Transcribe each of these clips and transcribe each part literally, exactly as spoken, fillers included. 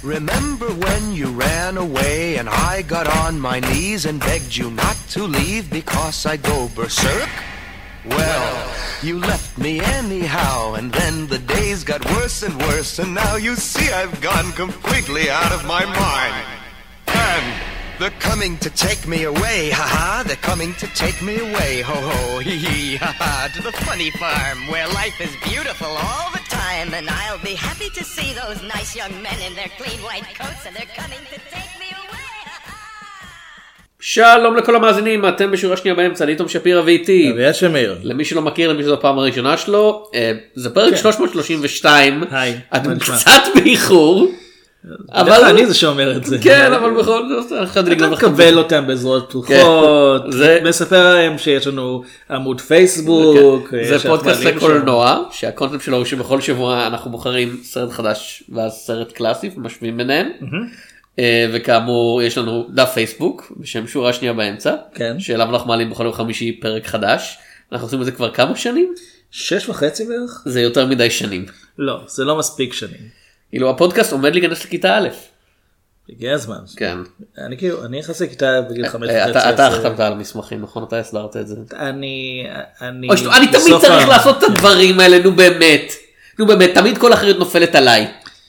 Remember when you ran away and I got on my knees and begged you not to leave because I'd go berserk? Well, you left me anyhow, and then the days got worse and worse, and now you see I've gone completely out of my mind. And they're coming to take me away, ha-ha, they're coming to take me away, ho-ho, hee-hee, ha-ha, to the funny farm where life is beautiful all the time, and I'll be happy to see those nice young men in their clean white coats, and they're coming to take me away. שלום לכל המאזינים, אתם בשורה שנייה באמצע, אני תום שפירא ואיתי. אביה שמיר. למי שלא מכיר, למי שזו הפעם הראשונה שלו, זה פרק שלוש מאות שלושים ושתיים. היי. אתם קצת באיחור. אבל אני זה שאומר את זה. כן, אבל בכל זאת, אתה מקבל אותם בעזרות פתוחות, מספר להם שיש לנו עמוד פייסבוק. זה פודקאסט לקולנוע, שהקונטנט שלו הוא שבכל שבוע אנחנו בוחרים סרט חדש ואז סרט קלאסי ומשווים ביניהם. וכאמור יש לנו דף פייסבוק בשם שורה שנייה באמצע, שאליו אנחנו מעלים בכל יום חמישי פרק חדש. אנחנו עושים את זה כבר כמה שנים? שש וחצי בערך? זה יותר מדי שנים. לא, זה לא מספיק שנים. כאילו הפודקאסט עומד להיכנס לכיתה א'. הגיע הזמן. כן. אני כאילו, אני נכנס לכיתה בגיל חמש וחצי. אתה חתמת על המסמכים, נכון? אתה הסדרת את זה. אני, אני... אני תמיד צריך לעשות את הדברים האלה, נו באמת. נו באמת, תמיד כל אחריות נופלת עליי.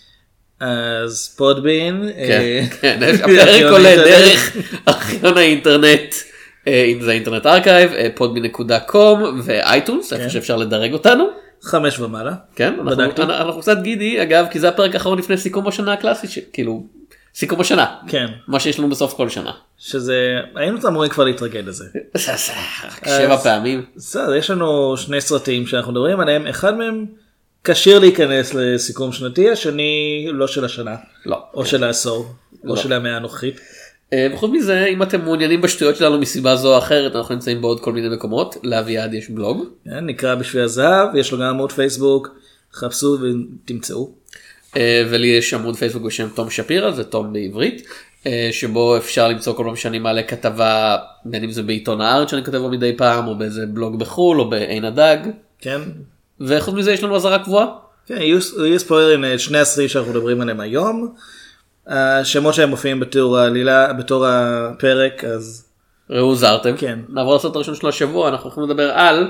אז פודבין. כן, כן. הפרק עולה דרך ארכיון האינטרנט. אם זה אינטרנט ארכייב, פודבין נקודה קום ואייטונס, איפה שאפשר לדרג אותנו. חמש ומעלה. כן, אנחנו קצת גידי, אגב, כי זה הפרק האחרון לפני סיכום השנה הקלאסית, כאילו, סיכום השנה. כן. מה שיש לנו בסוף כל שנה. שזה, היינו אמורים כבר להתרגל לזה. שבע פעמים. בסדר, יש לנו שני סרטים שאנחנו מדברים עליהם, אחד מהם קשיר להיכנס לסיכום שנתי, השני לא של השנה. לא. או של העשור, או של המאה הנוכחית. וחוץ מזה, אם אתם מעוניינים בשטויות שלנו מסיבה זו או אחרת, אנחנו נמצאים בעוד כל מיני מקומות. לאביעד יש בלוג. נקרא בשביל הזהב, יש לו גם עמוד פייסבוק, חפשו ותמצאו. ולי יש עמוד פייסבוק בשם תום שפירא, זה תום בעברית, שבו אפשר למצוא כל פעם שאני מעלה כתבה, בין אם זה בעיתון הארץ שאני כותב בו מדי פעם, או באיזה בלוג בחול, או בעין הדג. כן. וחוץ מזה יש לנו עזרה קבועה. כן, יהיו ספוילרים שני הסרטים שאנחנו מדברים עליהם היום. השמות שהם מופיעים בתור העלילה, בתור הפרק, אז... ראו זרתם. כן. נעבור לסרט הראשון של השבוע, אנחנו הולכים לדבר על...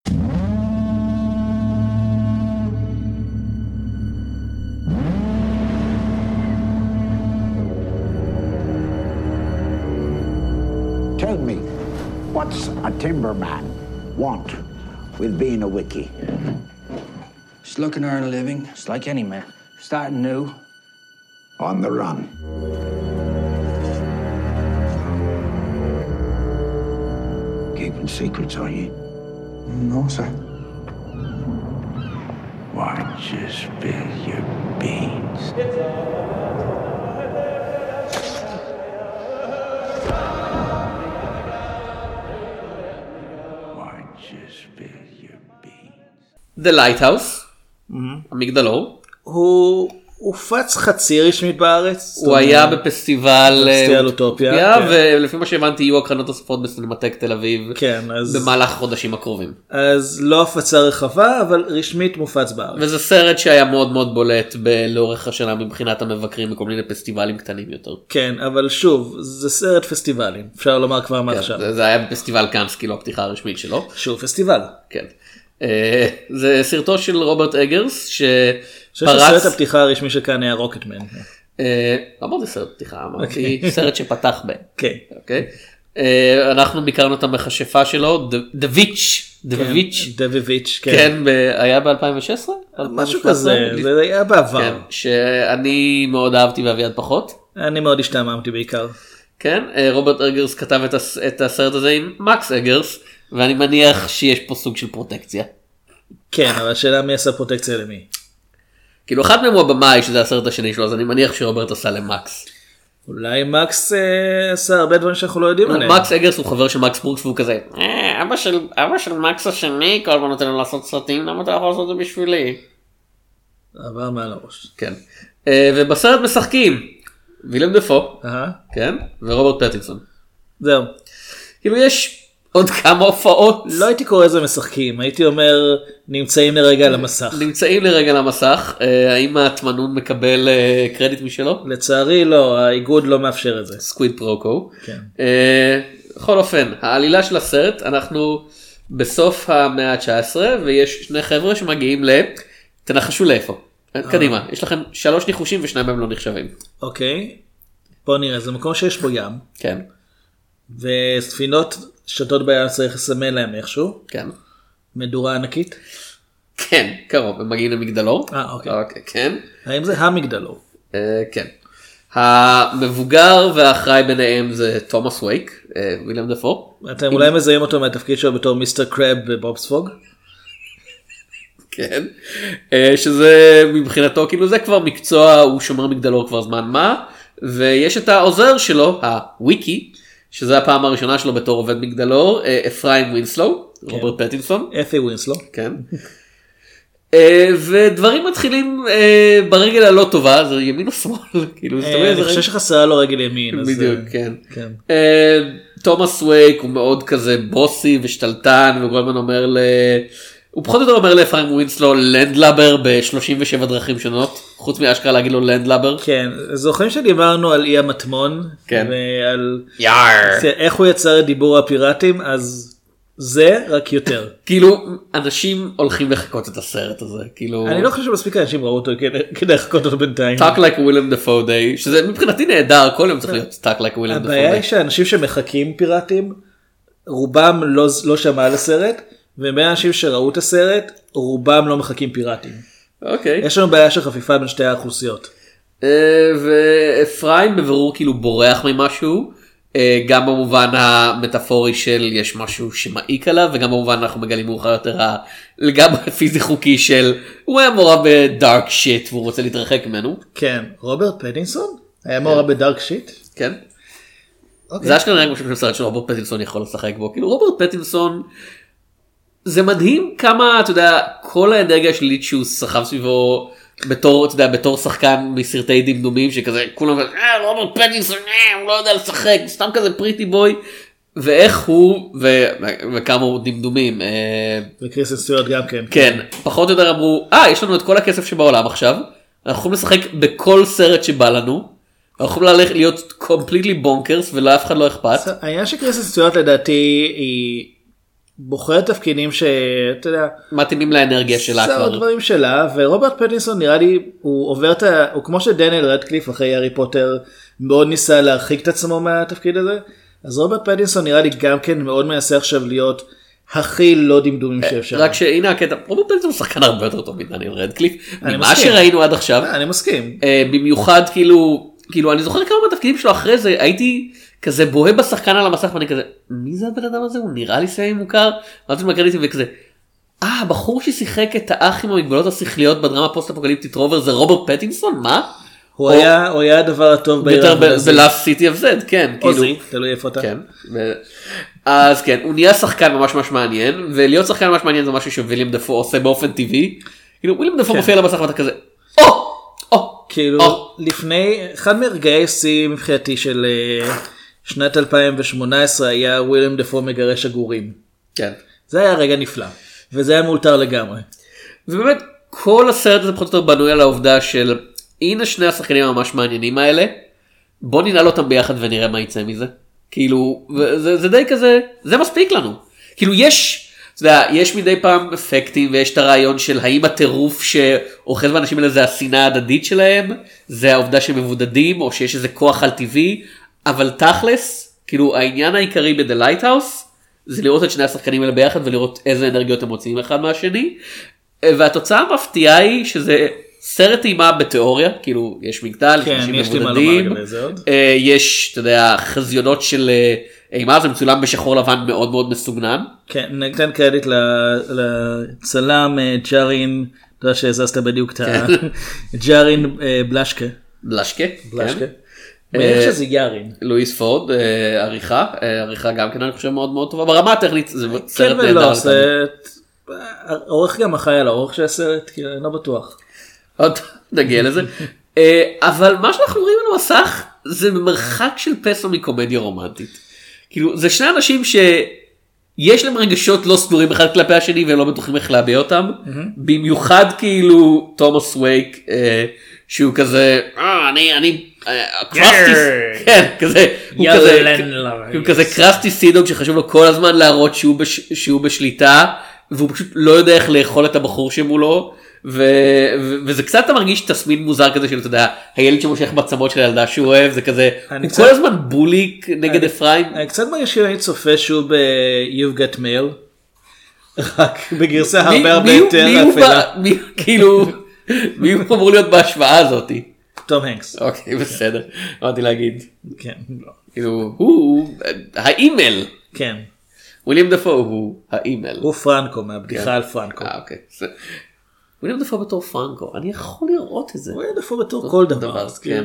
Tell me, what's a timberman want with being a wiki? Just looking to earn a living, just like any man. Starting new. On the run. Keeping secrets, are you? No, sir. Why don't you spill your beans? Why don't you spill your beans? The Lighthouse, המגדלור. הוא... הופץ חצי רשמית בארץ. הוא היה בפסטיבל אוטופיה, ולפי מה שהבנתי יהיו הקרנות נוספות בסינמטק תל אביב במהלך חודשים הקרובים. אז לא הפצה רחבה, אבל רשמית מופץ בארץ. וזה סרט שהיה מאוד מאוד בולט לאורך השנה מבחינת המבקרים בכל מיני פסטיבלים קטנים יותר. כן, אבל שוב, זה סרט פסטיבלים, אפשר לומר כבר מעכשיו. זה היה בפסטיבל קאנס, כאילו הפתיחה הרשמית שלו. שוב, פסטיבל. כן. זה סרטו של רוברט אגרס ש... שפרץ... סרט הפתיחה הרשמי שכאן היה רוקטמן. אמרתי סרט פתיחה, אמרתי סרט שפתח ב. כן. אנחנו ביקרנו את המכשפה שלו, דוויץ', דוויץ'. דוויץ', כן. כן, היה ב-אלפיים ושש עשרה? משהו כזה, זה היה בעבר. שאני מאוד אהבתי ואביעד פחות. אני מאוד השתעממתי בעיקר. כן, רוברט אגרס כתב את הסרט הזה עם מקס אגרס, ואני מניח שיש פה סוג של פרוטקציה. כן, אבל השאלה מי עשה פרוטקציה למי? כאילו אחד מהם הוא הבמאי שזה הסרט השני שלו, אז אני מניח שרוברט עשה למקס. אולי מקס עשה הרבה דברים שאנחנו לא יודעים עליהם. מקס אגרס הוא חבר של מקס ברוקס והוא כזה, אבא של מקס השני כל פעם נותן לו לעשות סרטים, למה אתה יכול לעשות את זה בשבילי? עבר מעל הראש. כן. ובסרט משחקים וילם דפו, כן, ורוברט פטינסון. זהו. כאילו יש עוד כמה הופעות. לא הייתי קורא לזה משחקים, הייתי אומר נמצאים לרגע על המסך. נמצאים לרגע על המסך, האם התמנון מקבל קרדיט משלו? לצערי לא, האיגוד לא מאפשר את זה. סקוויד פרוקו. כן. בכל אופן, העלילה של הסרט, אנחנו בסוף המאה ה-תשע עשרה, ויש שני חבר'ה שמגיעים ל... תנחשו לאיפה. קדימה, יש לכם שלוש ניחושים ושניים מהם לא נחשבים. אוקיי, בוא נראה, זה מקום שיש בו ים. כן. וספינות שתות בים צריך לסמן להם איכשהו. כן. מדורה ענקית. כן, קרוב, הם מגיעים למגדלור. אה, אוקיי. אוקיי, כן. האם זה המגדלור? אה, כן. המבוגר והאחראי ביניהם זה תומאס וייק, וויליאם דפו. אתם אולי מזהים אותו מהתפקיד שלו בתור מיסטר קרב בבובספוג? כן. שזה מבחינתו, כאילו זה כבר מקצוע, הוא שומר מגדלור כבר זמן מה, ויש את העוזר שלו, הוויקי, שזה הפעם הראשונה שלו בתור עובד מגדלור, אפרים ווינסלו, רוברט פטינסון. אפי ווינסלו. כן. ודברים מתחילים ברגל הלא טובה, זה ימין או שמאל, כאילו זה תמיד... אני חושב שחסרה לו רגל ימין. בדיוק, כן. תומאס וייק הוא מאוד כזה בוסי ושתלטן, וכל הזמן אומר ל... הוא פחות או יותר אומר לאפרים ווינסלו לנדלאבר ב-שלושים ושבע דרכים שונות, חוץ מאשכרה להגיד לו לנדלאבר. כן, זוכרים שדיברנו על אי המטמון, כן. ועל יאר. איך הוא יצר את דיבור הפיראטים, אז זה רק יותר. כאילו, אנשים הולכים לחכות את הסרט הזה, כאילו... אני לא חושב שמספיק אנשים ראו אותו כדי לחכות אותו בינתיים. Talk like Willem Dafoe Day, שזה מבחינתי נהדר, כל יום צריך להיות Talk like Willem Dafoe Day. הבעיה היא שאנשים שמחכים פיראטים, רובם לא, לא שמע על הסרט, ובין האנשים שראו את הסרט, רובם לא מחכים פיראטים. אוקיי. יש לנו בעיה של חפיפה בין שתי האוכלוסיות. ואפרים בבירור כאילו בורח ממשהו, גם במובן המטאפורי של יש משהו שמעיק עליו, וגם במובן אנחנו מגלים מאוחר יותר לגמרי פיזי חוקי של הוא היה מעורב בדארק שיט והוא רוצה להתרחק ממנו. כן, רוברט פטינסון? היה מעורב בדארק שיט? כן. זה אשכרה נראה כמו שסרט של רוברט פטינסון יכול לשחק בו. כאילו רוברט פטינסון, זה מדהים כמה, אתה יודע, כל האנרגיה השלילית שהוא סחב סביבו בתור, אתה יודע, בתור שחקן מסרטי דמדומים שכזה, כולם כזה, אה, רוברט פטינסון, אה, הוא לא יודע לשחק, סתם כזה פריטי בוי, ואיך הוא, ו- וכמה הוא דמדומים. וקריסטן סטיוארט גם כן. כן, פחות או יותר אמרו, אה, יש לנו את כל הכסף שבעולם עכשיו, אנחנו יכולים לשחק בכל סרט שבא לנו, אנחנו יכולים ללכת להיות completely bonkers ולא אף אחד לא אכפת. העניין שקריסטן סטיוארט לדעתי היא בוחרת תפקידים שאתה יודע, מתאימים לאנרגיה שלה כבר. זה דברים שלה, ורוברט פטינסון נראה לי, הוא עובר את ה... הוא כמו שדניאל רדקליף אחרי הארי פוטר מאוד ניסה להרחיק את עצמו מהתפקיד הזה, אז רוברט פטינסון נראה לי גם כן מאוד מנסה עכשיו להיות הכי לא דמדומים שאפשר. רק שהנה הקטע, רוברט פטינסון הוא שחקן הרבה יותר טוב מדניאל רדקליף, ממה שראינו עד עכשיו. אני מסכים. במיוחד כאילו, כאילו אני זוכר כמה מהתפקידים שלו אחרי זה, הייתי כזה בוהה בשחקן על המסך ואני כזה, מי זה הבן אדם הזה? הוא נראה לי סיימי מוכר? ראיתי מהקרדיטים וכזה, אה, הבחור ששיחק את האח עם המגבלות השכליות בדרמה פוסט-אפוקליפטית רובר זה רוברט פטינסון? מה? הוא היה, הוא היה הדבר הטוב יותר ב-Last City of Z, כן. או זי, תלוי איפה אתה. כן. אז כן, הוא נהיה שחקן ממש ממש מעניין, ולהיות שחקן ממש מעניין זה משהו שוויליאם דפו עושה באופן טבעי. כאילו, וויליאם דפו מופיע על המסך ואתה כזה, או! או! כאילו, לפני, אחד מרגעי השיא מבחינתי של שנת אלפיים שמונה עשרה היה וויליאם דפו מגרש הגורים. כן. זה היה רגע נפלא, וזה היה מאולתר לגמרי. ובאמת, או הסרט הזה פחות או יותר בנוי על העובדה של, הנה שני השחקנים הממש מעניינים האלה, בוא ננעל אותם ביחד ונראה מה יצא מזה. כאילו, זה, זה די כזה, זה מספיק לנו. כאילו, יש, אתה יודע, יש מדי פעם אפקטים, ויש את הרעיון של האם הטירוף שאוחז באנשים האלה זה השנאה ההדדית שלהם, זה העובדה שהם מבודדים, או שיש איזה כוח על טבעי, אבל תכלס, כאילו, העניין העיקרי ב-The Lighthouse, זה לראות את שני השחקנים האלה ביחד, ולראות איזה אנרגיות הם מוצאים אחד מהשני, והתוצאה המפתיעה היא שזה סרט אימה בתיאוריה, כאילו, יש מגדל, כן, אנשים יש לי מה מבודדים, לומר לגבי זה עוד. יש, אתה יודע, חזיונות של אימה, זה מצולם בשחור לבן מאוד מאוד מסוגנן. כן, ניתן קרדיט לצלם ג'ארין, אתה יודע שהזזת בדיוק את ה... ג'ארין בלשקה. בלשקה, בלשקה. מאיך שזה יארין. לואיס פורד, עריכה, עריכה גם כן אני חושב מאוד מאוד טובה, ברמה הטכנית זה סרט נהדר. כן ולא, זה... האורך גם אחראי על האורך של הסרט, כי אני לא בטוח. עוד נגיע לזה. אבל מה שאנחנו רואים על המסך זה מרחק של פסו מקומדיה רומנטית. כאילו זה שני אנשים יש להם רגשות לא סדורים אחד כלפי השני והם לא בטוחים איך להביע אותם, במיוחד כאילו תומאס וייק שהוא כזה אני אני קרסטי, כן כזה, הוא כזה קרסטי סידוג שחשוב לו כל הזמן להראות שהוא בשליטה והוא פשוט לא יודע איך לאכול את הבחור שמולו. וזה קצת מרגיש תסמין מוזר כזה של אתה יודע הילד שמושך בעצמות של הילדה שהוא אוהב זה כזה הוא כל הזמן בוליק נגד אפרים. אני קצת מרגיש שאני צופה שוב ב-You've Got Mail רק בגרסה הרבה הרבה יותר אפלה. כאילו מי הוא אמור להיות בהשוואה הזאת? תום הנקס. אוקיי בסדר אמרתי להגיד כן כאילו הוא האימייל. כן וויליאם דפו הוא האימייל. הוא פרנקו מהבדיחה על פרנקו. אה אוקיי. וויליאם דפו בתור פרנקו, אני יכול לראות את זה. וויליאם דפו בתור כל דבר. כן.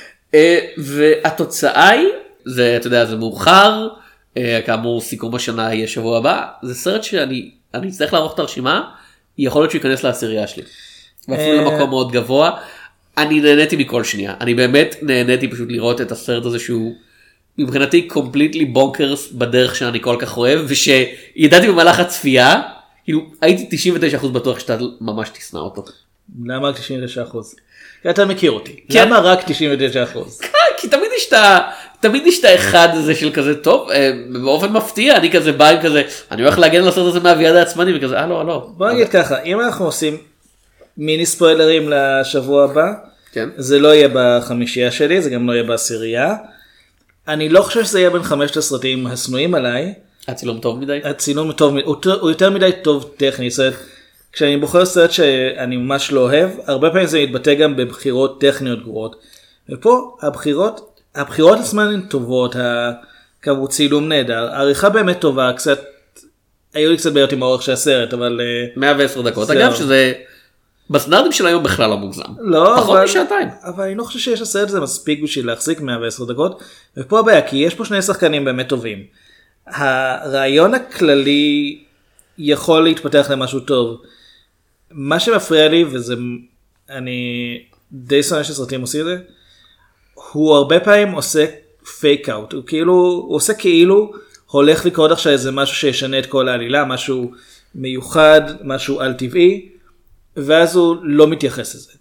והתוצאה היא, זה אתה יודע זה מאוחר, כאמור סיכום השנה יהיה שבוע הבא, זה סרט שאני אצטרך לערוך את הרשימה, יכול להיות שהוא ייכנס לעשירייה שלי. ואפילו למקום מאוד גבוה, אני נהניתי מכל שנייה, אני באמת נהניתי פשוט לראות את הסרט הזה שהוא מבחינתי קומפליטלי בונקרס בדרך שאני כל כך אוהב, ושידעתי במהלך הצפייה, כאילו הייתי תשעים ותשעה אחוז בטוח שאתה ממש תשנא אותו. למה רק תשעים ותשעה אחוז? כי אתה מכיר אותי. למה רק תשעים ותשעה אחוז? כי תמיד יש את ה... תמיד יש את האחד הזה של כזה טוב, באופן מפתיע, אני כזה בא עם כזה, אני הולך להגן על הסרט הזה מהאביעד העצמני, וכזה, אה לא, אה לא. בוא נגיד ככה, אם אנחנו עושים מיני ספוילרים לשבוע הבא, זה לא יהיה בחמישייה שלי, זה גם לא יהיה בעשירייה. אני לא חושב שזה יהיה בין חמשת הסרטים הסנויים עליי. הצילום טוב מדי? הצילום טוב, הוא יותר מדי טוב טכני, זאת כשאני בוחר סרט שאני ממש לא אוהב, הרבה פעמים זה מתבטא גם בבחירות טכניות גרועות. ופה הבחירות, הבחירות עצמן הן טובות, כמו צילום נהדר, העריכה באמת טובה, קצת, היו לי קצת בעיות עם האורך של הסרט, אבל... מאה ועשר דקות, אגב שזה, בסטנדרטים של היום בכלל לא מוגזם. לא, פחות משעתיים. אבל אני לא חושב שיש הסרט הזה מספיק בשביל להחזיק מאה ועשר דקות, ופה הבעיה, כי יש פה שני שחקנים באמת טובים. הרעיון הכללי יכול להתפתח למשהו טוב. מה שמפריע לי, וזה, אני די שונא שסרטים עושים את זה, הוא הרבה פעמים עושה פייק אאוט, הוא כאילו, הוא עושה כאילו, הולך לקרות עכשיו איזה משהו שישנה את כל העלילה, משהו מיוחד, משהו על טבעי, ואז הוא לא מתייחס לזה.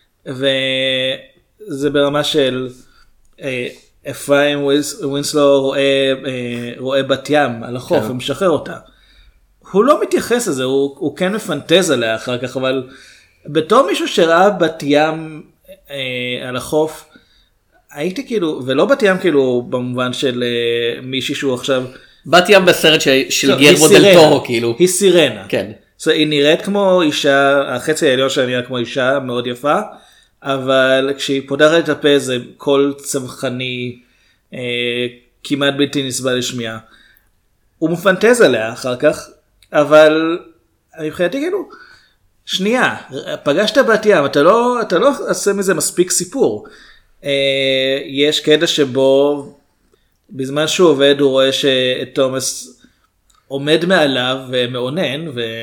וזה ברמה של, אפרים ווינסלו רואה, רואה בת ים על החוף ומשחרר אותה. הוא לא מתייחס לזה, הוא, הוא כן מפנטז עליה אחר כך, אבל בתור מישהו שראה בת ים אה, על החוף, הייתי כאילו, ולא בת ים כאילו במובן של אה, מישהי שהוא עכשיו... בת ים בסרט ש... של גיירמו דל טורו כאילו. היא סירנה. כן. So, היא נראית כמו אישה, החצי העליון שלה נראה כמו אישה מאוד יפה, אבל כשהיא פותחת את הפה זה קול צמחני, אה, כמעט בלתי נסבל לשמיעה. הוא מפנטז עליה אחר כך, אבל מבחינתי כאילו, שנייה, פגשת בת ים, אתה לא, אתה לא עושה מזה מספיק סיפור. אה, יש קטע שבו, בזמן שהוא עובד, הוא רואה שתומאס עומד מעליו ומעונן,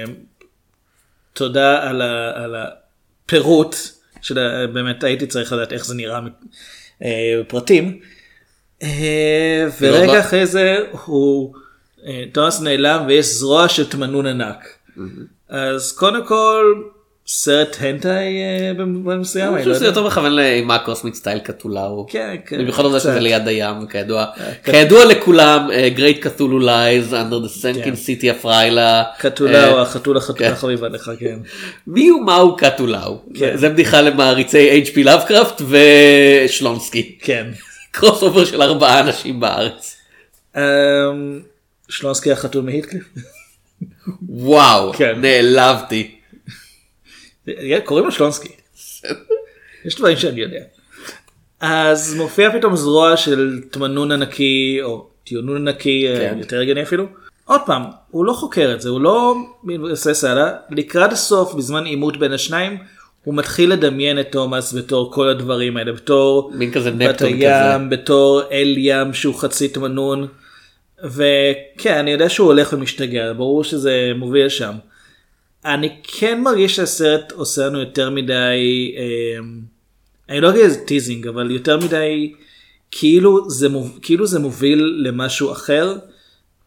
ותודה על, ה, על הפירוט, שבאמת הייתי צריך לדעת איך זה נראה בפרטים. אה, ורגע אחרי זה הוא... תומאס נעלם ויש זרוע של תמנון ענק. אז קודם כל סרט הנטאי במובן מסוים. אני חושב שזה יותר מכוון לאימה קוסמית סטייל קטולאו. כן, כן. במיוחד על זה שזה ליד הים, כידוע. כידוע לכולם, Great Cthulhu Lies Under the Sunken City of R'yla. קטולאו, החתול החתול החביב עליך, כן. מי ומהו קטולאו? זה בדיחה למעריצי אייץ' פי לאבקראפט ושלונסקי. כן. קרוס אובר של ארבעה אנשים בארץ. שלונסקי החתול מהיטקליף. וואו, נעלבתי. קוראים לו שלונסקי. יש דברים שאני יודע. אז מופיע פתאום זרוע של תמנון ענקי, או טיונון ענקי, יותר הגיוני אפילו. עוד פעם, הוא לא חוקר את זה, הוא לא מתבסס עליה. לקראת הסוף, בזמן עימות בין השניים, הוא מתחיל לדמיין את תומאס בתור כל הדברים האלה, בתור בת הים, בתור אל ים שהוא חצי תמנון. וכן, אני יודע שהוא הולך ומשתגע, ברור שזה מוביל שם. אני כן מרגיש שהסרט עושה לנו יותר מדי, אה, אני לא אגיד איזה טיזינג, אבל יותר מדי, כאילו זה, מוב, כאילו זה מוביל למשהו אחר,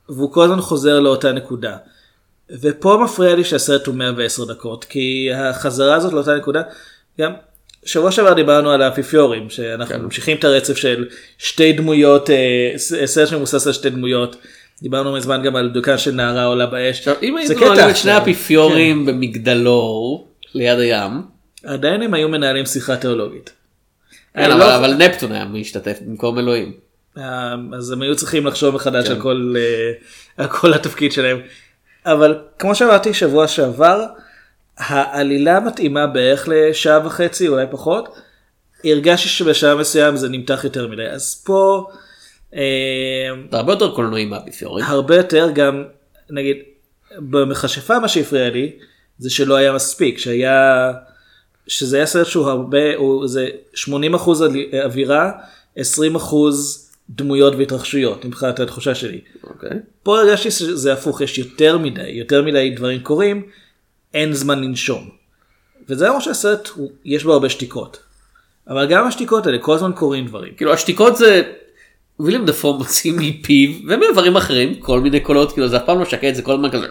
והוא כל הזמן חוזר לאותה נקודה. ופה מפריע לי שהסרט הוא מאה ועשר דקות, כי החזרה הזאת לאותה נקודה, גם שבוע שעבר דיברנו על האפיפיורים, שאנחנו כן. ממשיכים את הרצף של שתי דמויות, סרט שמבוסס על שתי דמויות, דיברנו מזמן גם על דוקן של נערה עולה באש. עכשיו, אם היינו מעלים את שני האפיפיורים כן. במגדלור, ליד הים. עדיין הם היו מנהלים שיחה תיאולוגית. כן, אבל, לא... אבל נפטון היה משתתף במקום אלוהים. אז הם היו צריכים לחשוב מחדש כן. על, כל, על כל התפקיד שלהם. אבל כמו שאמרתי שבוע שעבר, העלילה מתאימה בערך לשעה וחצי, אולי פחות. הרגשתי שבשעה מסוים זה נמתח יותר מדי. אז פה... הרבה יותר קולנועים מהאפיפיורים. הרבה יותר, גם נגיד, במכשפה מה שהפריע לי, זה שלא היה מספיק, שהיה, שזה היה סרט שהוא הרבה, הוא, זה שמונים אחוז אווירה, עשרים אחוז דמויות והתרחשויות, מבחינת התחושה שלי. אוקיי. פה הרגשתי שזה הפוך, יש יותר מדי, יותר מדי דברים קורים, אין זמן לנשום. וזה אומר שהסרט, יש בו הרבה שתיקות. אבל גם השתיקות האלה, כל הזמן קורים דברים. כאילו השתיקות זה... וויליאם דפו מוציא מפיו ומדברים אחרים כל מיני קולות, כאילו זה אף פעם לא שקט, זה כל הזמן כזה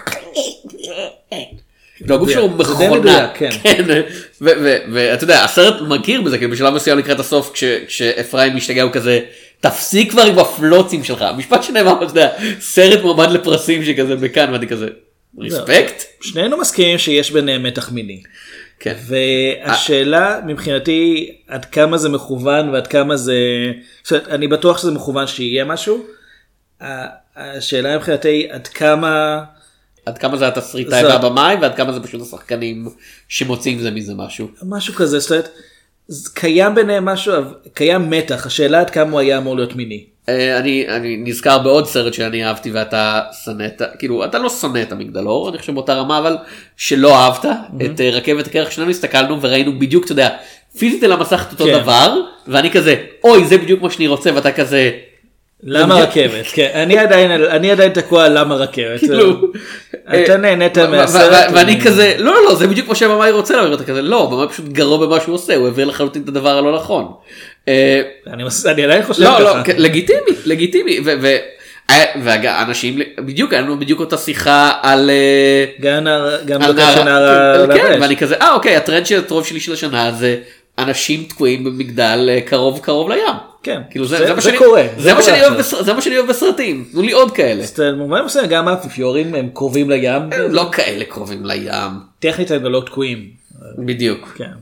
הגוף שלו מכונה, ואתה יודע הסרט מכיר בזה, כאילו בשלב מסוים לקראת הסוף כשאפרים משתגע הוא כזה תפסיק כבר עם הפלוצים שלך, המשפט שנאמר, אתה יודע, סרט מועמד לפרסים שכזה בכאן ואני כזה ריספקט. שנינו מסכימים שיש ביניהם מתח מיני. כן. והשאלה מבחינתי עד כמה זה מכוון ועד כמה זה, אני בטוח שזה מכוון שיהיה משהו, השאלה מבחינתי עד כמה, עד כמה זה התסריטאי והבמאי ועד כמה זה פשוט השחקנים שמוצאים זה מזה משהו. משהו כזה, זאת אומרת, קיים ביניהם משהו, קיים מתח, השאלה עד כמה הוא היה אמור להיות מיני. אני, אני נזכר בעוד סרט שאני אהבתי ואתה שונאת, כאילו אתה לא שונא את המגדלור, אני חושב באותה רמה, אבל שלא אהבת mm-hmm. את רכבת הקרח, שלנו הסתכלנו וראינו בדיוק, אתה יודע, פיזית על המסך את אותו כן. דבר, ואני כזה, אוי זה בדיוק מה שאני רוצה, ואתה כזה, למה רכבת? כן, אני עדיין, אני עדיין תקוע למה רכבת. אתה נהנית מהסרט. ואני כזה, לא, לא, לא, זה בדיוק מה שהבמאי רוצה להעביר, אתה כזה, לא, הבמאי פשוט גרוע במה שהוא עושה, הוא העביר לחלוטין את הדבר הלא נכון. אני עדיין חושב ככה. לא, לא, לגיטימי, לגיטימי, ואנשים, בדיוק, היה לנו בדיוק אותה שיחה על... גם דוקה של נערה. כן, ואני כזה, אה, אוקיי, הטרנד של הטרוב שלי של השנה זה אנשים תקועים במגדל קרוב קרוב לים. כן, כאילו זה, זה, זה, מה זה שאני, קורה. זה, זה, מה שאני אוהב בסר, זה מה שאני אוהב בסרטים. תנו לי עוד כאלה. במובן מסוים גם האפיפיורים הם קרובים לים. הם לא כאלה קרובים לים. טכנית הם לא תקועים. בדיוק. כן.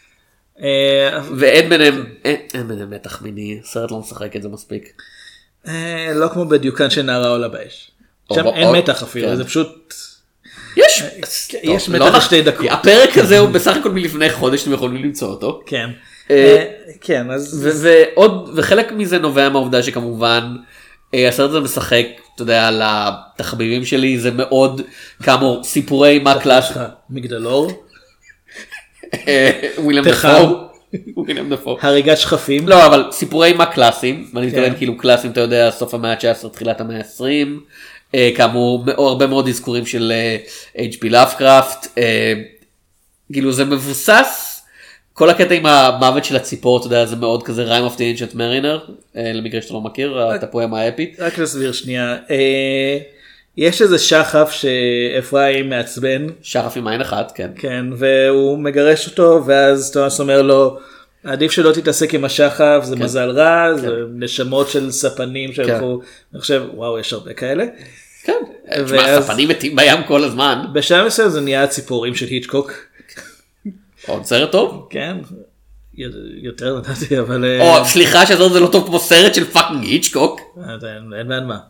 ואין ביניהם, אין ביניהם מתח מיני, סרט לא משחק את זה מספיק. לא כמו בדיוקן של נערה עולה באש. שם אין מתח אפילו, זה פשוט... יש, יש מתח שתי דקות. הפרק הזה הוא בסך הכל מלפני חודש, אתם יכולים למצוא אותו. כן. כן, אז... ועוד, וחלק מזה נובע מהעובדה שכמובן, הסרט הזה משחק, אתה יודע, על התחביבים שלי, זה מאוד, כאמור, סיפורי מה קלאס. מגדלור. וויליאם דפו. וויליאם דפו. הריגת שכפים. לא, אבל סיפורי מה קלאסים, ואני מתכוון כאילו קלאסים, אתה יודע, סוף המאה ה-תשע עשרה, תחילת המאה ה-עשרים, כאמור, הרבה מאוד אזכורים של אייץ' פי לאבקראפט, כאילו זה מבוסס, כל הקטע עם המוות של הציפור, אתה יודע, זה מאוד כזה Rime of the Ancient Mariner, למקרה שאתה לא מכיר, את הפואמה האפית. רק נסביר שנייה, יש איזה שחף שאפרים מעצבן. שחף עם עין אחת, כן. כן, והוא מגרש אותו, ואז תומאס אומר לו, עדיף שלא תתעסק עם השחף, זה מזל רע, זה נשמות של ספנים שהלכו, אני חושב, וואו, יש הרבה כאלה. כן, תשמע, ספנים מתים בים כל הזמן. בשעה מסוים זה נהיה הציפורים של היצ'קוק. עוד סרט טוב? כן, יותר נתתי, אבל... או, סליחה שהסרט זה לא טוב כמו סרט של פאקינג היצ'קוק. אין בעד מה.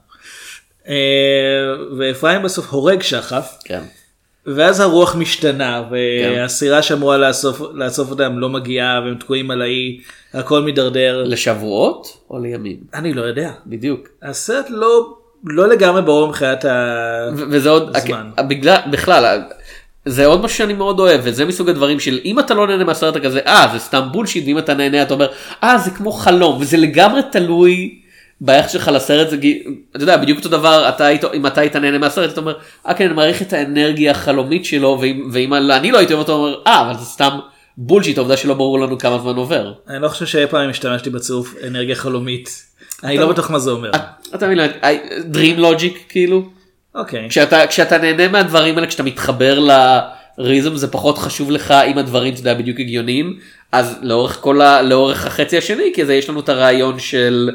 ואפרים בסוף הורג שחף. כן. ואז הרוח משתנה, והסירה שאמורה לאסוף אותם לא מגיעה, והם תקועים על האי, הכל מדרדר. לשבועות או לימים? אני לא יודע. בדיוק. הסרט לא, לא לגמרי ברור מבחינת הזמן. וזה עוד, בגלל, בכלל, זה עוד משהו שאני מאוד אוהב, וזה מסוג הדברים של, אם אתה לא נהנה מהסרט כזה, אה, זה סתם בולשיט, ואם אתה נהנה, אתה אומר, אה, זה כמו חלום, וזה לגמרי תלוי ביחס שלך לסרט, זה, אתה יודע, בדיוק אותו דבר, אתה, אם אתה היית נהנה מהסרט, אתה אומר, אה, כן, אני מעריך את האנרגיה החלומית שלו, ואם, ואם אני לא הייתי אומר, אתה אומר, אה, אבל זה סתם בולשיט, העובדה שלא ברור לנו כמה זמן עובר. אני לא חושב שאי פעם השתמשתי בצירוף אנרגיה חלומית. אני לא בטוח מה זה אומר. אתה מבין, Dream Logic כאילו. אוקיי. כשאתה, כשאתה נהנה מהדברים האלה, כשאתה מתחבר לריזם, זה פחות חשוב לך אם הדברים, אתה יודע, בדיוק הגיוניים, אז לאורך כל ה... לאורך החצי השני, כי זה יש לנו את הרעיון של,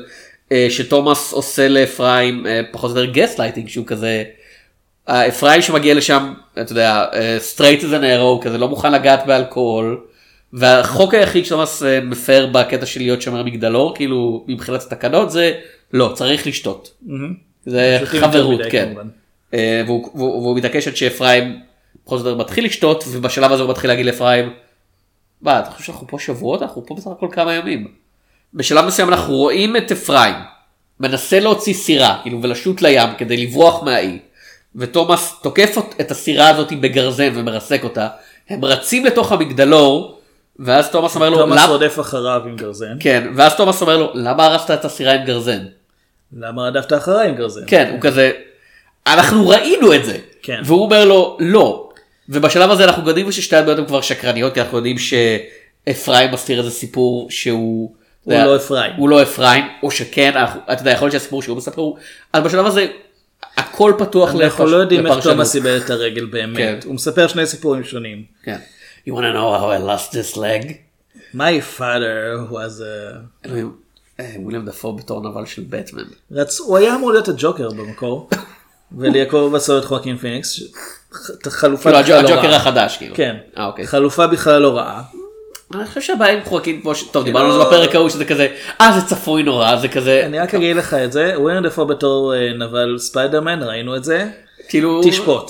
שתומאס עושה לאפרים, פחות או יותר גסלייטינג, שהוא כזה, אפרים שמגיע לשם, אתה יודע, straight as an arrow, כזה לא מוכן לגעת באלכוהול, והחוק היחיד שתומאס מפר בקטע של להיות שומר מגדלור, כאילו, מבחינת התקנות, זה לא, צריך לשתות. זה חברות, כן. והוא, והוא, והוא מתעקש עד שאפרים בכל זאת מתחיל לשתות, ובשלב הזה הוא מתחיל להגיד לאפרים, מה, אתה חושב שאנחנו פה שבועות? אנחנו פה בסך הכל כמה ימים. בשלב מסוים אנחנו רואים את אפרים, מנסה להוציא סירה, כאילו, ולשוט לים כדי לברוח מהאי, ותומאס תוקף את הסירה הזאת בגרזן ומרסק אותה, הם רצים לתוך המגדלור, ואז תומאס אומר לו, תומאס רודף אחריו עם גרזן. כן, ואז תומאס אומר לו, למה הרסת את הסירה עם גרזן? למה רדפת אחריי עם גרזן? כן, הוא כזה, אנחנו ראינו את זה. כן. והוא אומר לו, לא. ובשלב הזה אנחנו יודעים ששתי הדמויות הן כבר שקרניות, כי אנחנו יודעים שאפרים מסתיר איזה סיפור שהוא... הוא לא אפרים. הוא לא אפרים, או שכן, אתה יודע, יכול להיות שהסיפור שהוא מספר הוא... אז בשלב הזה, הכל פתוח לפרשנות. אנחנו לא יודעים איך תומאס איבד את הרגל באמת. הוא מספר שני סיפורים שונים. כן. You want to know how I lost this leg? My father was a... וויליאם דפו בתור נבל של בטמן. הוא היה אמור להיות הג'וקר במקור, וליעקב בסוף את חואקין פיניקס, חלופה בכלל לא רעה. הג'וקר החדש כאילו. כן, חלופה בכלל לא רעה. אני חושב שהבעיה עם חואקין, טוב דיברנו על זה בפרק ההוא שזה כזה, אה זה צפוי נורא, זה כזה. אני רק אגיד לך את זה, וויליאם דפו בתור נבל ספיידרמן, ראינו את זה, תשפוט.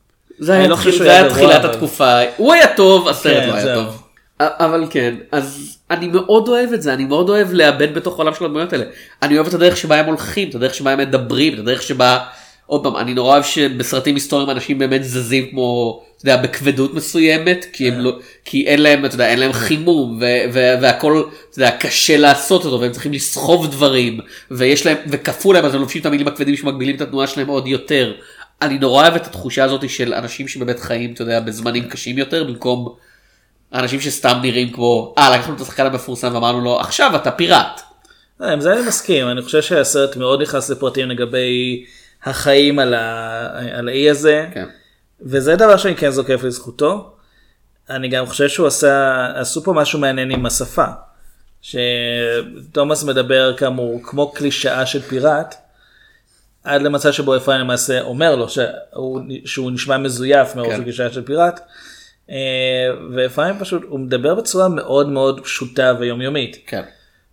זה היה תחילת התקופה, הוא היה טוב, הסרט לא היה טוב. אבל כן, אז אני מאוד אוהב את זה, אני מאוד אוהב לאבד בתוך העולם של הדמויות האלה. אני אוהב את הדרך שבה הם הולכים, את הדרך שבה הם מדברים, את הדרך שבה, עוד פעם, אני נורא אוהב שבסרטים היסטוריים אנשים באמת זזים כמו, אתה יודע, בכבדות מסוימת, כי, הם לא, כי אין להם, אתה יודע, אין להם חימום, ו, ו, והכל, אתה יודע, קשה לעשות אותו, והם צריכים לסחוב דברים, ויש להם, וכפו להם, אז הם לובשים את המילים הכבדים שמגבילים את התנועה שלהם עוד יותר. אני נורא אוהב את התחושה הזאת של אנשים שבאמת חיים, אתה יודע, בזמנים קשים יותר, במקום אנשים שסתם נראים כמו, אה, לקחנו את השחקן המפורסם ואמרנו לו, עכשיו אתה פיראט. עם זה אני מסכים, אני חושב שהסרט מאוד נכנס לפרטים לגבי החיים על, ה... על האי הזה, כן. וזה דבר שאני כן זוקף לזכותו. אני גם חושב שהוא עשה, עשו פה משהו מעניין עם השפה, שתומאס מדבר כאמור כמו קלישאה של פיראט, עד למצב שבו אפרים למעשה אומר לו שהוא, שהוא נשמע מזויף מראש כן. קלישאה של פיראט, ואפרים פשוט, הוא מדבר בצורה מאוד מאוד פשוטה ויומיומית. כן.